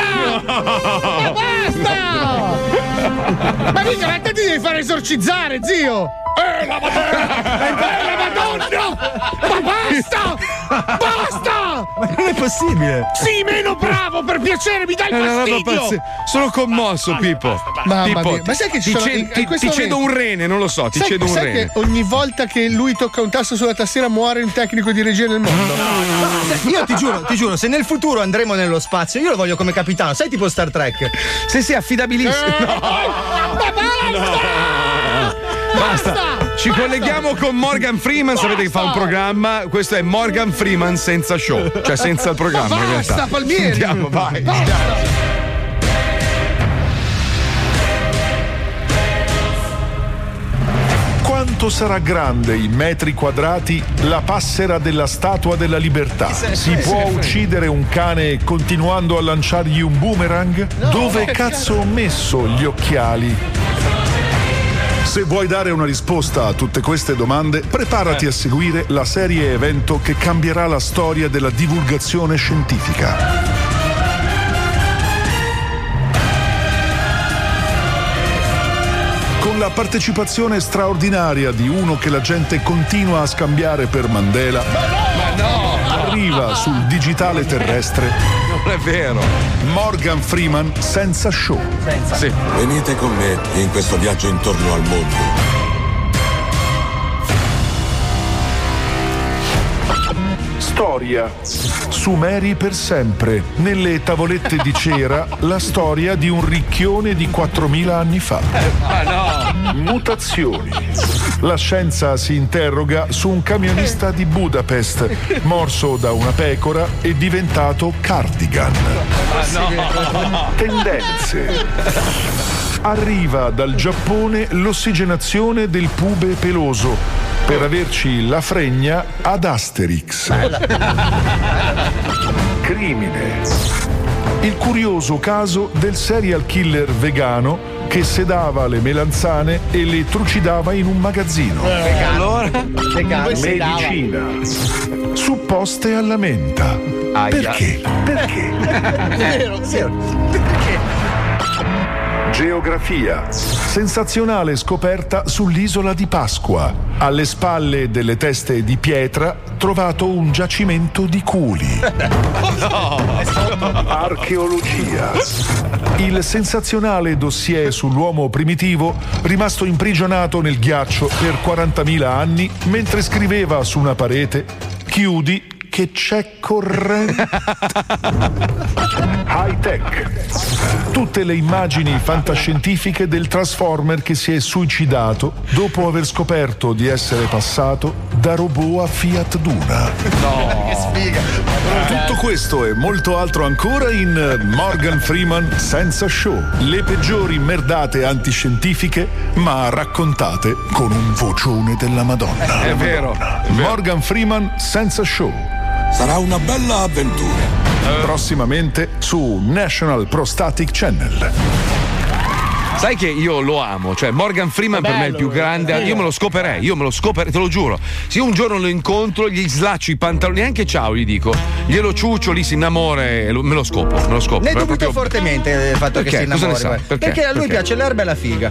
basta! Ma mica, ma te ti devi fare esorcizzare, zio! La Madonna! Ma basta! Ma non è possibile! Sì, meno bravo, per piacere, mi dai fastidio! Sono commosso, Pippo. Pippo, ma sai che ti cedo un rene, non lo so, ti cedo un rene. Sai che ogni volta che lui tocca un tasto sulla tastiera muore un tecnico di regia nel mondo? Io ti giuro, se nel futuro andremo nello spazio, io lo voglio come capitano, sai tipo Star Trek. Se affidabilissimo. Basta! Ci colleghiamo con Morgan Freeman. Sapete che fa un programma. Questo è Morgan Freeman senza show, cioè senza il programma. Ma basta, Palmieri! Andiamo, vai. Quanto sarà grande in metri quadrati la passera della Statua della Libertà? Si può uccidere un cane continuando a lanciargli un boomerang? Dove cazzo ho messo gli occhiali? Se vuoi dare una risposta a tutte queste domande, preparati a seguire la serie evento che cambierà la storia della divulgazione scientifica. Con la partecipazione straordinaria di uno che la gente continua a scambiare per Mandela, arriva sul digitale terrestre. Non è vero. Morgan Freeman senza show. Sì. Venite con me in questo viaggio intorno al mondo. Storia. Sumeri per sempre. Nelle tavolette di cera la storia di un ricchione di 4.000 anni fa. Mutazioni. La scienza si interroga su un camionista di Budapest morso da una pecora e diventato cardigan. Tendenze. Arriva dal Giappone l'ossigenazione del pube peloso per averci la fregna ad Asterix. Crimine. Il curioso caso del serial killer vegano che sedava le melanzane e le trucidava in un magazzino. Allora? Medicina. Supposte alla menta. Perché? Geografia. Sensazionale scoperta sull'isola di Pasqua. Alle spalle delle teste di pietra trovato un giacimento di culi. Archeologia. Il sensazionale dossier sull'uomo primitivo rimasto imprigionato nel ghiaccio per 40.000 anni mentre scriveva su una parete: chiudi che c'è corrente. High tech. Tutte le immagini fantascientifiche del Transformer che si è suicidato dopo aver scoperto di essere passato da robot a Fiat Duna. Che sfiga. Tutto questo e molto altro ancora in Morgan Freeman senza show. Le peggiori merdate antiscientifiche, ma raccontate con un vocione della Madonna. È vero. Morgan Freeman senza show. Sarà una bella avventura. Prossimamente su National Prostatic Channel. Sai che io lo amo, cioè Morgan Freeman per me è il più grande. Io me lo scoperei, te lo giuro. Se io un giorno lo incontro, gli slaccio i pantaloni, neanche ciao gli dico, glielo ciuccio, lì si innamora e me lo scopo. Ne dubito fortemente del fatto che si innamori. Perché a lui piace l'erba e la figa.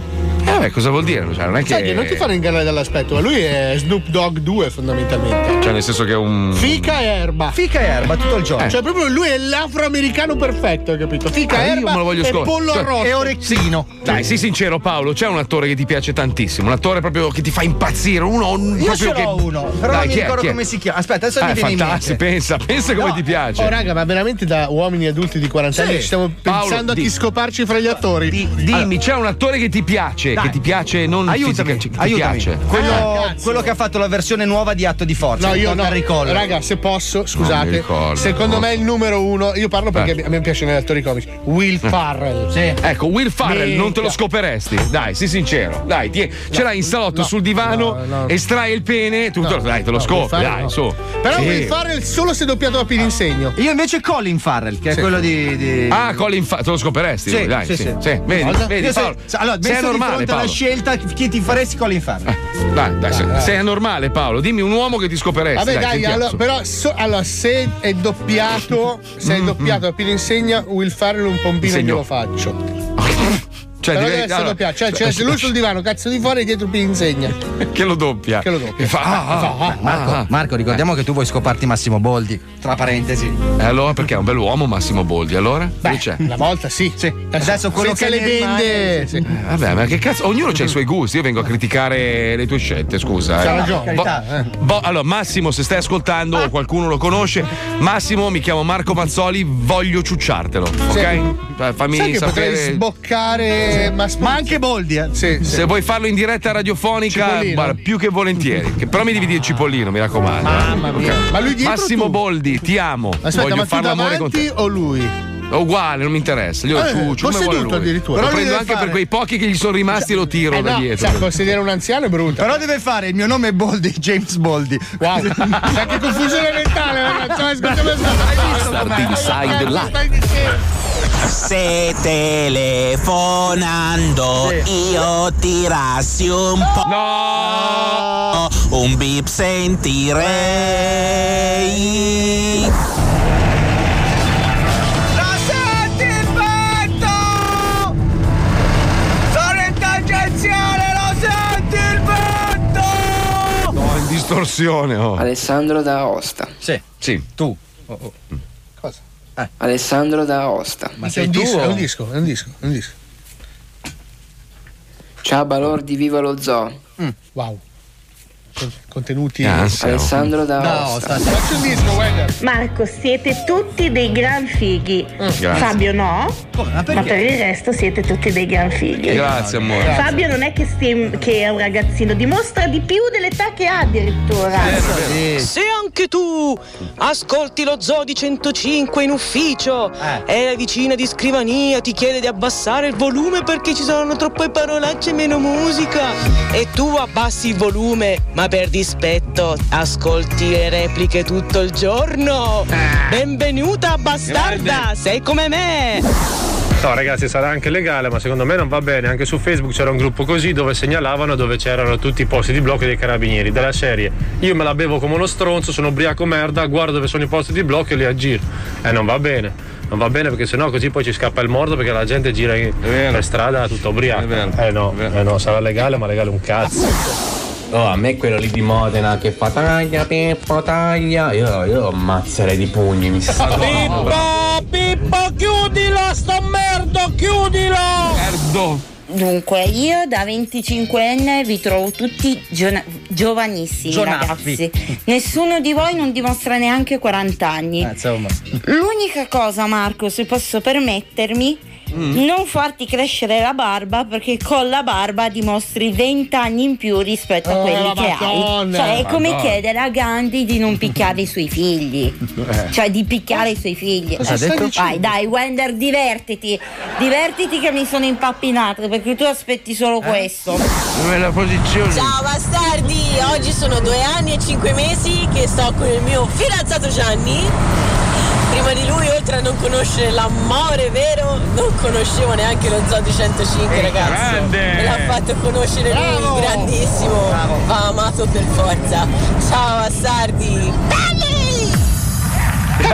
Vabbè, cosa vuol dire? Cioè, non è che. Sai che non ti fanno ingannare dall'aspetto, ma lui è Snoop Dogg 2 fondamentalmente. Cioè, nel senso che è un. Fica e erba. Fica e erba tutto il giorno. Cioè, proprio lui è l'afroamericano perfetto, hai capito? Fica, erba io me lo voglio e pollo cioè, arrosto. E orecchino. Dai, sii sincero, Paolo, c'è un attore che ti piace tantissimo, un attore proprio che ti fa impazzire. Io ce l'ho uno, però Dai, non mi ricordo come si chiama. Aspetta, adesso mi viene in mente. Pensa come ti piace. Oh, raga, ma veramente da uomini adulti di 40 anni ci stiamo pensando a chi scoparci fra gli attori. Dimmi, c'è un attore che ti piace, Dai. che ti piace non Aiutami, fisica, ti aiutami. piace. Quello che ha fatto la versione nuova di Atto di Forza. No, io no. Harry Coller. Raga, se posso, Non mi scusate. ricordo, Secondo me è il numero uno. Io parlo perché a me piacciono gli attori comici. Will Farrell. Sì. Ecco, Will Farrell non te lo scoperesti. Dai, sii sincero. Dai, ce l'hai in salotto sul divano, estrai il pene, tu dai, te lo scopi, dai, su. Però Sì. Will Farrell solo se doppiato da Pirinsegno. Io invece Colin Farrell, che è quello di. Ah, Colin Farrell, te lo scoperesti? Sì, dai, sì. Vedi, Io Paolo. allora, sei messo di normale, fronte alla Paolo. scelta, chi ti faresti Colin Farrell? Dai, sei anormale, Paolo. Dimmi un uomo che ti scoperesti. Vabbè, dai, sentiamo, allora, su. però se è doppiato, da Pirinsegna, Will Farrell un pompino glielo faccio. Cioè, però deve essere doppiato. Cioè, se lui sul divano, cazzo di fuori, dietro Pirinsegna. Che lo doppia. E fa, Marco, ricordiamo che tu vuoi scoparti Massimo Boldi, tra parentesi. E allora perché è un bell'uomo Massimo Boldi? Allora? Beh, Che c'è? una volta sì. Adesso quello senza che le vende. Sì. Vabbè, ma che cazzo? Ognuno ha i suoi gusti. Io vengo a criticare le tue scelte, scusa. C'ha ragione. Allora, Massimo, se stai ascoltando o qualcuno lo conosce, Massimo, mi chiamo Marco Mazzoli, voglio ciucciartelo, ok? Fammi Sai che sapere. potrei sboccare ma anche Boldi, Se vuoi farlo in diretta radiofonica, Cipollino? guarda, più che volentieri. Però mi devi dire Cipollino, mi raccomando. Mamma mia. Ok. Ma lui dietro Massimo tu? Boldi, ti amo. Aspetta, voglio ma tu fare l'amore con te. davanti o lui? Uguale, non mi interessa. Io ciuccio come vuole seduto lui. addirittura. Lo Però lui prendo deve anche fare- per quei pochi che gli sono rimasti e lo tiro da no, dietro. sai, possedere un anziano è brutto. Però deve fare il mio nome è Boldi, James Boldi. Wow, sai che confusione mentale, ragazzi. Bastard Inside Live. Se telefonando io tirassi un po', un beep sentirei. Lo senti il vento? Sono in tangenziale, lo senti il vento? No, in distorsione. Alessandro da Aosta. Sì. Tu. Cosa? Alessandro da Aosta. Ma sei tu? È un disco. Ciao Balordi, viva lo zoo. Wow. Contenuti. Alessandro da Aosta. Faccio un disco, Wender. Marco, siete tutti dei gran fighi. Grazie. Fabio no, ma per il resto siete tutti dei gran fighi. Grazie, amore. Fabio non è che è un ragazzino, dimostra di più dell'età che ha addirittura. Se anche tu ascolti lo Zoo di 105 in ufficio e la vicina di scrivania ti chiede di abbassare il volume perché ci sono troppe parolacce e meno musica e tu abbassi il volume ma per dispetto ascolti le repliche tutto il giorno, benvenuta bastarda, sei come me. No ragazzi, sarà anche legale, ma secondo me non va bene. Anche su Facebook c'era un gruppo così dove segnalavano dove c'erano tutti i posti di blocco dei carabinieri, della serie io me la bevo come uno stronzo, sono ubriaco merda, guardo dove sono i posti di blocco e li aggiro. Non va bene, non va bene, perché sennò così poi ci scappa il morto, perché la gente gira per strada tutta ubriaca. No, sarà legale, ma legale un cazzo. Oh, a me quello lì di Modena che fa taglia, Pippo, taglia. Io ammazzerei di pugni, mi sta. Pippo, chiudilo sto merdo, chiudilo! Merdo! Dunque, io da 25enne vi trovo tutti giovanissimi, Gionaffi. ragazzi. Nessuno di voi non dimostra neanche 40 anni. Insomma. L'unica cosa, Marco, se posso permettermi, non farti crescere la barba, perché con la barba dimostri 20 anni in più rispetto a quelli che hai. Cioè, è come chiedere a Gandhi di non picchiare i suoi figli. Cioè, di picchiare i suoi figli. Cosa ha detto? Vai, dai, Wender, divertiti che mi sono impappinata, perché tu aspetti solo questo. La posizione. Ciao bastardi, oggi sono 2 anni e 5 mesi che sto con il mio fidanzato Gianni. Prima di lui, oltre a non conoscere l'amore vero, non conoscevo neanche lo Zoo di 105, ragazzi. grande! Me l'ha fatto conoscere lui, grandissimo. Va amato per forza. Ciao bastardi. Bello è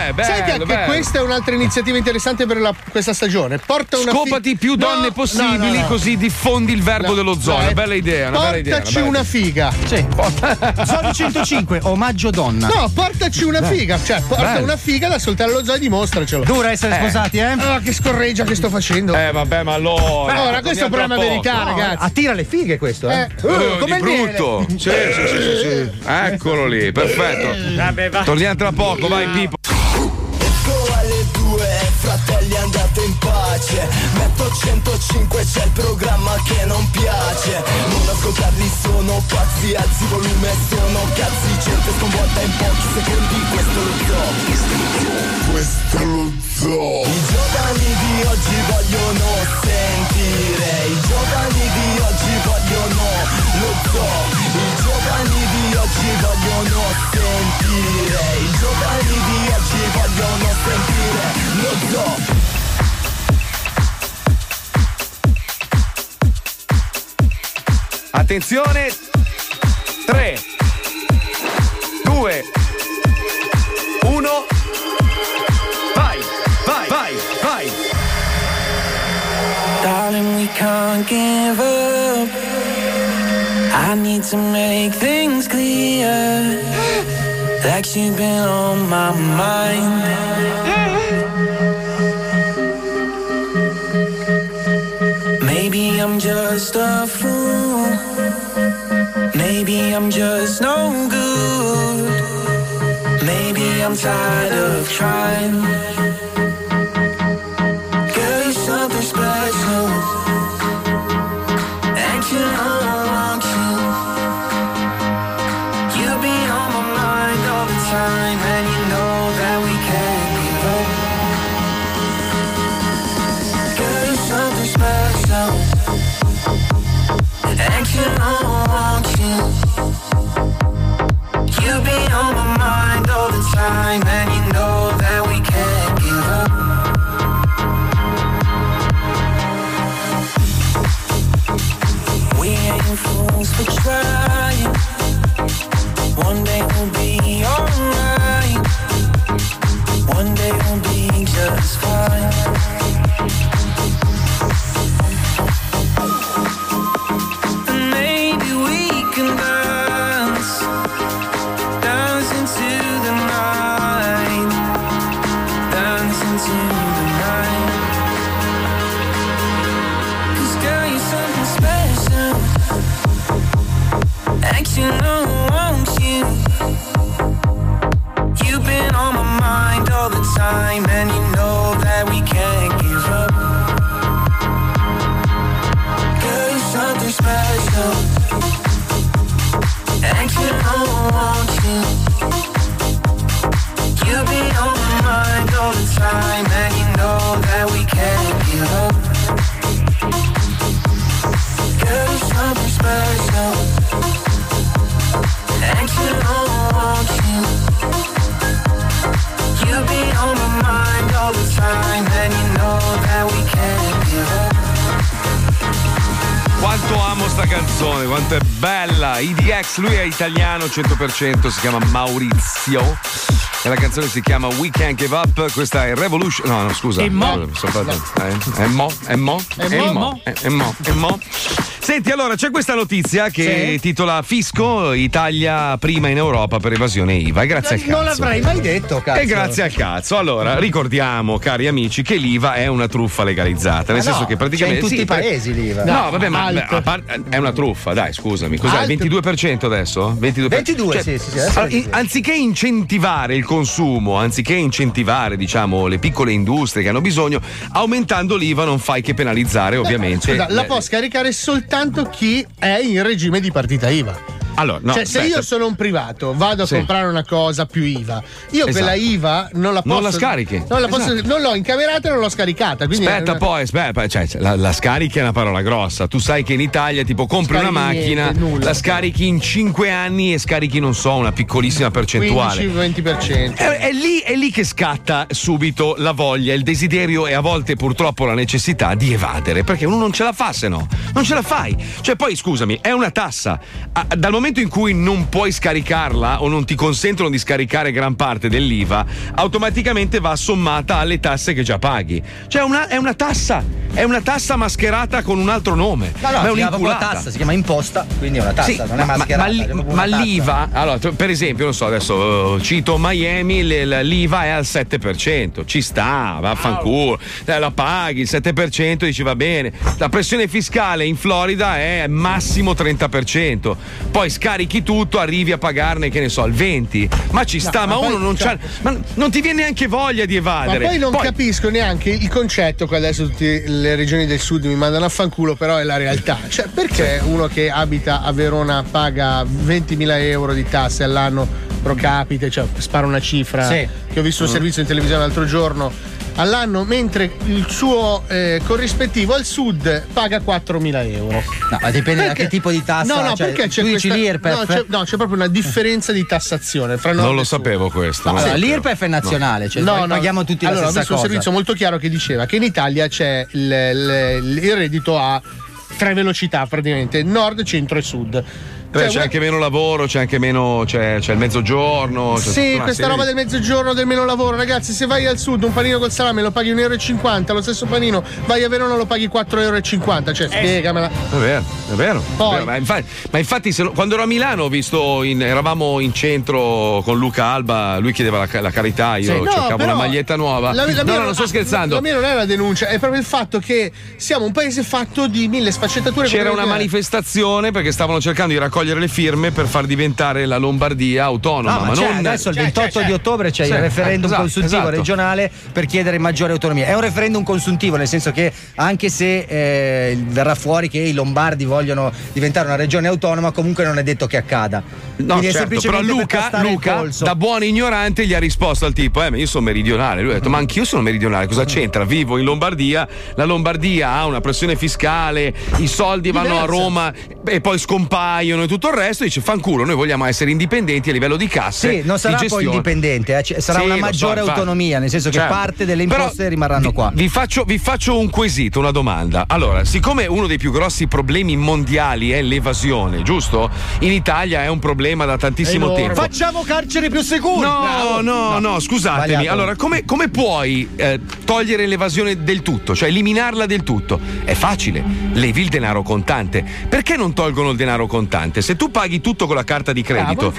bello, sai che bello. questa è un'altra iniziativa interessante per questa stagione. Porta una Scopati più donne possibili, così diffondi il verbo dello zoo. Una bella idea. Portaci una figa. Sì. Zoo 105, omaggio donna. No, portaci una figa. Cioè, porta una figa da soltare allo zoo e dimostracelo. Dura essere sposati, eh? Oh, che scorreggia che sto facendo. Vabbè, ma allora. Ora, questo è un programma verità, ragazzi. Attira le fighe questo, come di brutto. Sì. Eccolo lì, perfetto. Vabbè, torniamo tra poco, vai Pippo. Alle 2 fratelli andate in pace. Metto 105, c'è il programma che non piace. Non ascoltarli, sono pazzi. Alzi volume, sono cazzi. Gente sconvolta in pochi secondi. Questo lo zoo. Questo lo zoo. I giovani di oggi vogliono sentire. I giovani di oggi vogliono lo zoo. I giovani di oggi vogliono sentire. I giovani di oggi vogliono sentire lo zoo. Attenzione, 3, 2, 1, vai. Darling, we can't give up. I need to make things clear. Like you've been on my mind. Maybe I'm just a fool. Maybe I'm just no good. Maybe I'm tired of trying. Girl, you're something special. And you know I want you. You be on my mind all the time. And you know that we can't give up. Girl, you're something special. And you know I want you. You be on my mind all the time. And you know that we can't give up. We ain't fools for trying. One day we'll be alright. One day we'll be just fine. And maybe we can dance into the night, dance into the night. 'Cause girl, you're something special. And you know I want you. You've been on my mind all the time. And you know that we can't give up. Girl, you're something special. And you know I want you. You be on my mind all the time. And you know that we can't give up. Girl, you're something special. And you know I want you. You be on my mind all the time. And you know that we can't give up. Quanto amo sta canzone, quanto è bella. EDX, lui è italiano 100%, si chiama Maurizio e la canzone si chiama We Can't Give Up. Questa è Revolution. No, scusa. È mo. Senti, allora c'è questa notizia che titola Fisco, Italia prima in Europa per evasione IVA. E grazie al cazzo. Non l'avrei mai detto, cazzo. E grazie al cazzo. Allora, ricordiamo, cari amici, che l'IVA è una truffa legalizzata. Nel senso che praticamente. C'è in tutti i paesi l'IVA. No, vabbè, ma è una truffa, dai, scusami. Cos'è? Il 22% adesso? 22, cioè, sì. Allora, anziché incentivare il consumo, anziché incentivare, diciamo, le piccole industrie che hanno bisogno, aumentando l'IVA non fai che penalizzare, ovviamente. Scusa, la può scaricare soltanto chi è in regime di partita IVA. Allora, no, cioè, se io sono un privato, vado a comprare una cosa più IVA, io quella IVA non la posso. Non la scarichi. Non l'ho incamerata e non l'ho scaricata. Aspetta, cioè, la scarichi è una parola grossa. Tu sai che in Italia, tipo, compri una macchina, la scarichi in 5 anni e scarichi, non so, una piccolissima percentuale. 15-20%. È lì che scatta subito la voglia, il desiderio e a volte purtroppo la necessità di evadere, perché uno non ce la fa, se no. Non ce la fai. Cioè, poi scusami, è una tassa. Dal momento momento in cui non puoi scaricarla o non ti consentono di scaricare gran parte dell'IVA, automaticamente va sommata alle tasse che già paghi. Cioè è una tassa mascherata con un altro nome. No, ma è si chiama un'inculata. tassa, si chiama imposta, quindi è una tassa, Sì, non è mascherata. ma l'IVA, allora, per esempio, non so, adesso cito Miami, l'IVA è al 7%, ci sta, vaffanculo, la paghi il 7%, dici va bene. La pressione fiscale in Florida è massimo 30%, poi scarichi tutto, arrivi a pagarne, che ne so, il 20%, ma ci sta, ma uno non c'ha, ma non ti viene neanche voglia di evadere. Ma poi non capisco neanche il concetto che adesso tutte le regioni del sud mi mandano a fanculo, però è la realtà. Cioè, perché uno che abita a Verona paga 20.000 euro di tasse all'anno pro capite, cioè spara una cifra che ho visto un servizio in televisione l'altro giorno, all'anno, mentre il suo corrispettivo al sud paga 4.000 euro. No, ma dipende da che tipo di tassa. No, cioè, perché c'è questa, l'IRPEF? c'è proprio una differenza di tassazione fra nord Non lo e sud. sapevo questo. No, l'IRPEF è nazionale, cioè paghiamo tutti la allora, stessa ho visto cosa. un servizio molto chiaro che diceva che in Italia c'è il reddito a 3 velocità praticamente, nord, centro e sud. C'è anche meno lavoro, c'è anche meno, c'è il mezzogiorno. Sì, questa roba del mezzogiorno, del meno lavoro, ragazzi, se vai al sud un panino col salame lo paghi 1,50 €, lo stesso panino vai a Verona lo paghi 4,50 €, cioè spiegamela. È vero. Poi, ma infatti quando ero a Milano ho visto, eravamo in centro con Luca Alba, lui chiedeva la carità, io cercavo una maglietta nuova. Non sto scherzando. La mia non è una denuncia, è proprio il fatto che siamo un paese fatto di 1000 sfaccettature. C'era una manifestazione perché stavano cercando di raccogliere le firme per far diventare la Lombardia autonoma. No, ma non adesso il 28 di ottobre c'è il referendum consuntivo regionale per chiedere maggiore autonomia. È un referendum consuntivo, nel senso che anche se verrà fuori che i lombardi vogliono diventare una regione autonoma, comunque non è detto che accada. No, Quindi certo, è però semplicemente Luca da buon ignorante gli ha risposto al tipo ma io sono meridionale. Lui ha detto ma anch'io sono meridionale, cosa c'entra? Vivo in Lombardia, la Lombardia ha una pressione fiscale, i soldi vanno a Roma e poi scompaiono e tutto il resto. Dice fanculo, noi vogliamo essere indipendenti a livello di casse. Sì, non sarà poi indipendente, sarà una maggiore autonomia, nel senso che parte delle imposte rimarranno qua. Vi faccio un quesito, una domanda. Allora, siccome uno dei più grossi problemi mondiali è l'evasione, giusto? In Italia è un problema da tantissimo tempo. Facciamo carceri più sicuri. No, scusatemi. Sbagliato. Allora, come puoi togliere l'evasione del tutto, cioè eliminarla del tutto? È facile, levi il denaro contante. Perché non tolgono il denaro contante? Se tu paghi tutto con la carta di credito,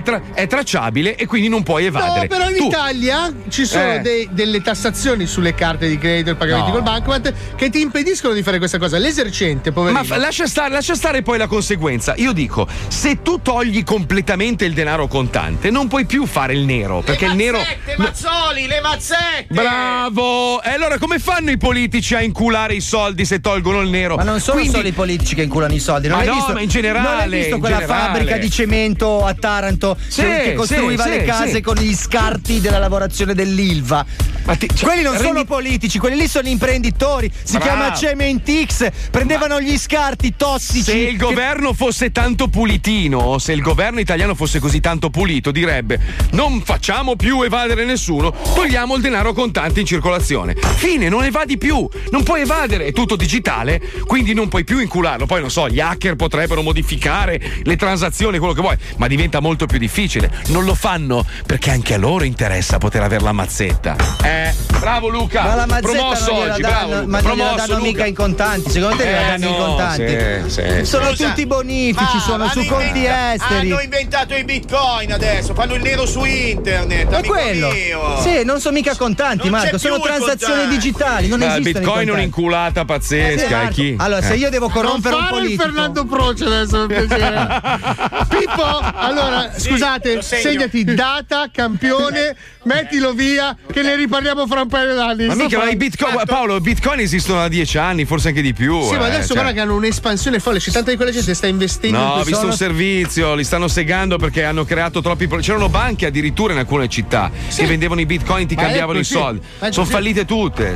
è tracciabile e quindi non puoi evadere. No, però in Italia ci sono delle tassazioni sulle carte di credito e pagamenti col bancomat che ti impediscono di fare questa cosa. L'esercente, poverino. Ma lascia stare poi la conseguenza. Io dico, se tu togli completamente il denaro contante, non puoi più fare il nero, perché il nero. Mazzoli, le mazzette! Bravo! E allora come fanno i politici a inculare i soldi se tolgono il nero? Ma non sono solo i politici che inculano i soldi, ma in generale. Non hai visto quella fabbrica di cemento a Taranto che costruiva le case con gli scarti della lavorazione dell'Ilva? Quelli non sono politici, quelli lì sono imprenditori. Si chiama Cementix. Prendevano gli scarti tossici. Se il governo fosse tanto pulitino, se il governo italiano fosse così tanto pulito, direbbe: non facciamo più evadere nessuno, togliamo il denaro contante in circolazione. Fine, non evadi più, non puoi evadere, è tutto digitale, quindi non puoi più incularlo. Poi non so, gli hacker potrebbero modificare le transazioni, quello che vuoi, ma diventa molto più difficile. Non lo fanno perché anche a loro interessa poter avere la mazzetta. Bravo Luca, ma la mazzetta promosso non oggi, danno, bravo. ma non gliela danno mica in contanti. Secondo te gliela danno in contanti? Sì. Sono tutti bonifici, sono su conti esteri. Hanno inventato i bitcoin adesso, fanno il nero su internet. È quello. Mio. Sì, non sono mica contanti, Non Marco, c'è sono più il transazioni contante. digitali, non Il esistono. bitcoin è un'inculata pazzesca. Chi? Allora, se io devo corrompere un non fare il politico, Fernando Proce adesso, per piacere. Pippo, allora, scusate, segnati data, campione, mettilo via, che ne riparliamo fra un paio d'anni. Ma mica, ma i bitcoin, Paolo, i bitcoin esistono da 10 anni, forse anche di più. Sì, ma adesso guarda che hanno un'espansione folle, c'è tanta di quella gente che sta investendo. No, ho visto un servizio, li stanno segando perché hanno creato troppi problemi. C'erano banche addirittura in alcune città che vendevano i bitcoin, ti cambiavano i soldi. Sono fallite tutte.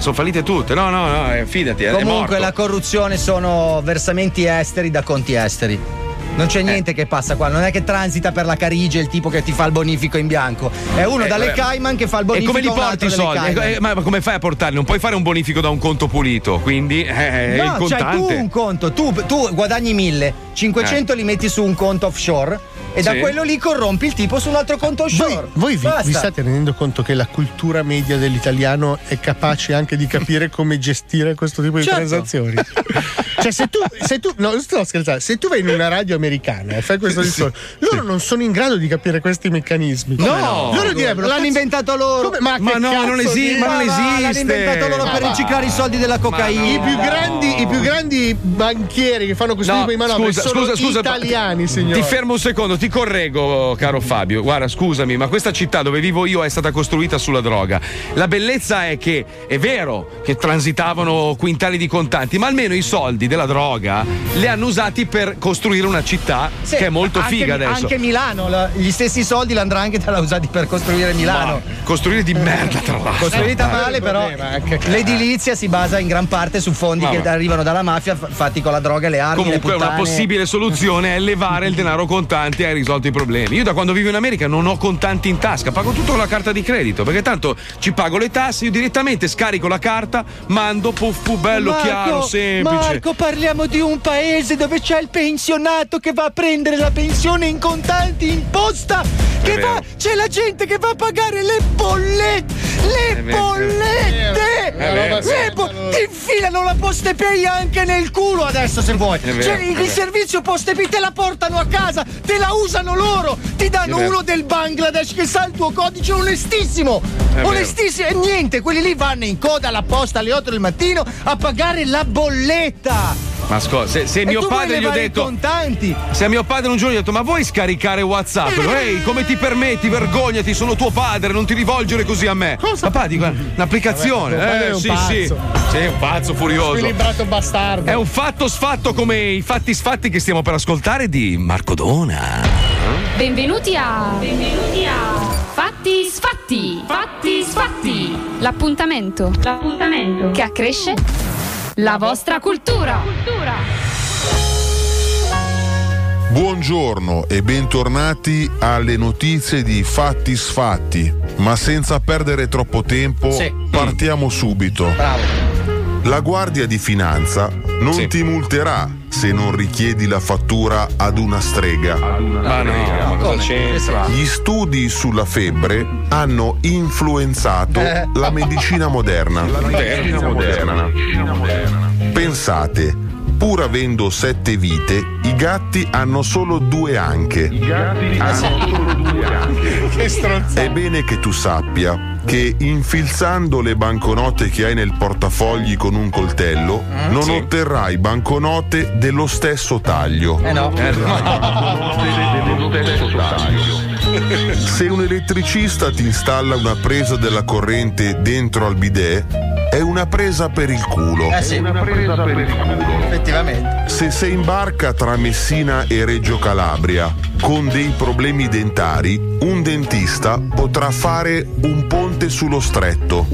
No, fidati. Comunque la corruzione sono versamenti esteri da conti esteri. Non c'è niente che passa qua, non è che transita per la Carige il tipo che ti fa il bonifico in bianco. È uno dalle Cayman che fa il bonifico. E come li porti i soldi? Ma come fai a portarli? Non puoi fare un bonifico da un conto pulito, quindi il contante. C'hai tu un conto, tu guadagni 1.000, 500 li metti su un conto offshore e da quello lì corrompi il tipo su un altro conto offshore. Voi vi state rendendo conto che la cultura media dell'italiano è capace anche di capire come gestire questo tipo di transazioni? Cioè se tu no, sto scherzando, se tu vai in una radio americana e fai questo discorso, loro non sono in grado di capire questi meccanismi. No, loro direbbero l'hanno inventato loro. Ma non esiste. L'hanno inventato loro per riciclare i soldi della cocaina. I più grandi banchieri che fanno questo tipo di manovre sono italiani, signore. Ti fermo un secondo, ti correggo, caro Fabio. Guarda, scusami, ma questa città dove vivo io è stata costruita sulla droga. La bellezza è che è vero che transitavano quintali di contanti, ma almeno i soldi della droga li hanno usati per costruire una città che è molto figa adesso. Anche Milano, gli stessi soldi l'Andrangheta l'ha usati per costruire Milano. Costruire di merda, tra l'altro. Costruita male, però l'edilizia si basa in gran parte su fondi che arrivano dalla mafia fatti con la droga e le armi. Comunque le una possibile soluzione è levare il denaro contante e hai risolto i problemi. Io da quando vivo in America non ho contanti in tasca, pago tutto con la carta di credito, perché tanto ci pago le tasse, io direttamente scarico la carta, mando, puff, bello, chiaro, semplice. Marco, parliamo di un paese dove c'è il pensionato che va a prendere la pensione in contanti in posta, c'è la gente che va a pagare le bollette, ti infilano la Postepay anche nel culo adesso se vuoi. Il servizio Postepay te la portano a casa, te la usano loro, ti danno uno del Bangladesh che sa il tuo codice, onestissimo e niente, quelli lì vanno in coda alla posta alle 8 del mattino a pagare la bolletta. Ma scusa, se mio padre gli ho detto contanti. Se a mio padre un giorno gli ho detto ma vuoi scaricare WhatsApp? Ehi, come ti permetti? Vergognati, sono tuo padre, non ti rivolgere così a me. Cosa? Papà, dico, un'applicazione. Sì, un pazzo furioso. Squilibrato bastardo. È un fatto sfatto come i fatti sfatti che stiamo per ascoltare di Marco Dona. Benvenuti a Fatti Sfatti. L'appuntamento che accresce la vostra cultura. Buongiorno e bentornati alle notizie di Fatti Sfatti, ma senza perdere troppo tempo partiamo subito. Bravo. La Guardia di Finanza non ti multerà se non richiedi la fattura ad una strega. Ma cosa c'entra? Gli studi sulla febbre hanno influenzato la medicina moderna. Pensate, pur avendo 7 vite, i gatti hanno solo 2 anche. Che stronzata. È bene che tu sappia che infilzando le banconote che hai nel portafogli con un coltello non otterrai banconote dello stesso taglio. Se un elettricista ti installa una presa della corrente dentro al bidet, è una presa per il culo. Effettivamente. Se sei in barca tra Messina e Reggio Calabria con dei problemi dentari, un dentista potrà fare un ponte sullo stretto.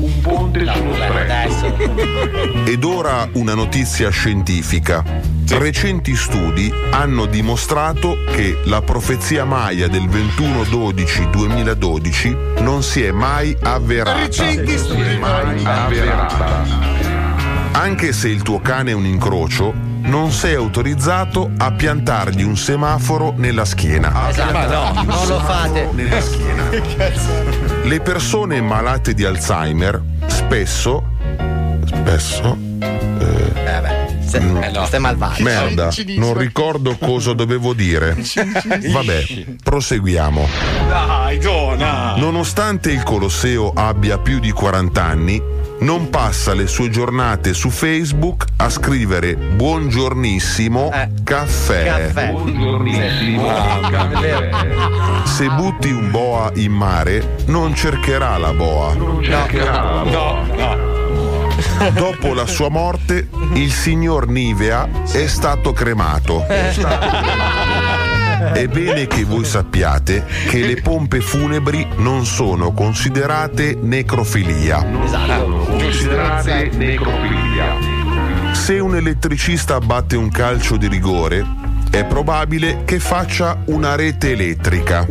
Ed ora una notizia scientifica. Recenti studi hanno dimostrato che la profezia Maya del 21/12/2012 non si è mai avverata. Anche se il tuo cane è un incrocio, non sei autorizzato a piantargli un semaforo nella schiena. Esatto, non lo fate. Nella schiena. Le persone malate di Alzheimer spesso stai malvagio. Merda, non ricordo cosa dovevo dire. Vabbè, proseguiamo. Dai, Dona. Nonostante il Colosseo abbia più di 40 anni, non passa le sue giornate su Facebook a scrivere buongiornissimo caffè. Buongiornissimo caffè. Se butti un boa in mare, non cercherà la boa. No. Dopo la sua morte, il signor Nivea è stato cremato. È bene che voi sappiate che le pompe funebri non sono considerate necrofilia. Se un elettricista batte un calcio di rigore, è probabile che faccia una rete elettrica.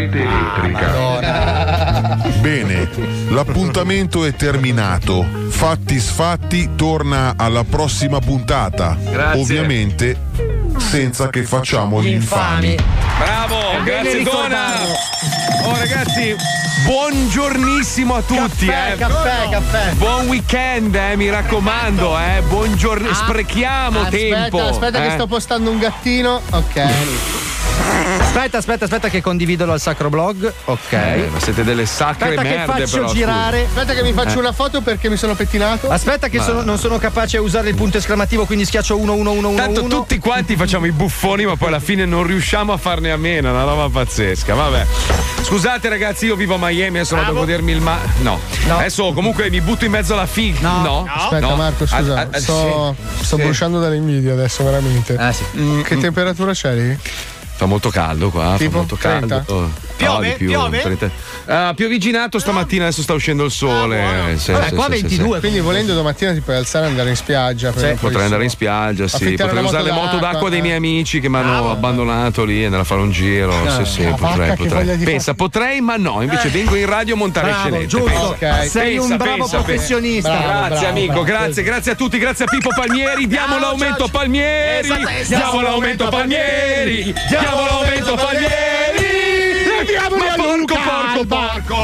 Bene, l'appuntamento è terminato. Fatti sfatti torna alla prossima puntata. Grazie. Ovviamente senza che facciamo gli infami. Bravo, grazie Dona. Oh ragazzi, buongiornissimo a tutti. Caffè. Buon weekend, mi raccomando, buongiorno. Sprechiamo tempo. Aspetta che sto postando un gattino. Ok. Aspetta che condivido al sacro blog. Ok. Ma siete delle sacre Aspetta merde, che faccio però. girare. Aspetta che mi faccio una foto perché mi sono pettinato. Aspetta che non sono capace a usare il punto esclamativo, quindi schiaccio 1. Tanto tutti quanti facciamo i buffoni, ma poi alla fine non riusciamo a farne a meno. Una roba pazzesca. Vabbè. Scusate ragazzi, io vivo a Miami, adesso vado a godermi il no. Adesso comunque mi butto in mezzo alla fig. No. Aspetta Marco, scusa. Sto bruciando dall'invidia adesso, veramente. Che temperatura c'è lì? Fa molto caldo qua, tipo fa molto caldo. 30? Piove? Pioviginato stamattina, adesso sta uscendo il sole. Qua 22, quindi volendo domattina ti puoi alzare e andare in spiaggia. Potrei andare in spiaggia, sì. Potrei usare le moto d'acqua dei miei amici che mi hanno abbandonato lì e andare a fare un giro. Potrei. Pensa, potrei, ma no. Invece vengo in radio a montare scenette. Giusto. Sei un bravo professionista. Grazie amico, grazie a tutti, grazie a Pippo Palmieri. Diamo l'aumento a Palmieri. Diamo l'aumento a Palmieri. Diamo l'aumento a Palmieri. Porco.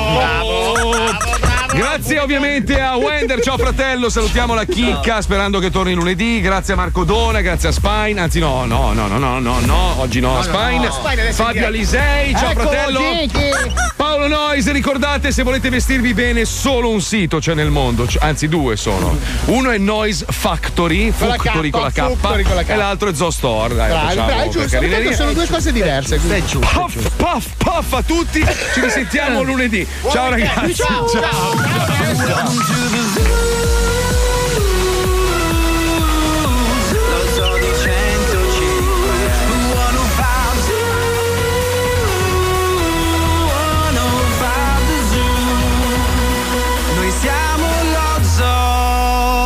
Grazie ovviamente a Wender, ciao fratello, salutiamo la chicca sperando che torni lunedì, grazie a Marco Dona, grazie a Spine, anzi no, oggi no, Spine, Fabio Alisei, ciao fratello, Paolo Noise, ricordate se volete vestirvi bene solo un sito c'è nel mondo, anzi due sono, uno è Noise Factory con la K e l'altro è Zoo Store, dai, giusto, sono due cose diverse. Puff a tutti, ci risentiamo lunedì, ciao ragazzi, ciao.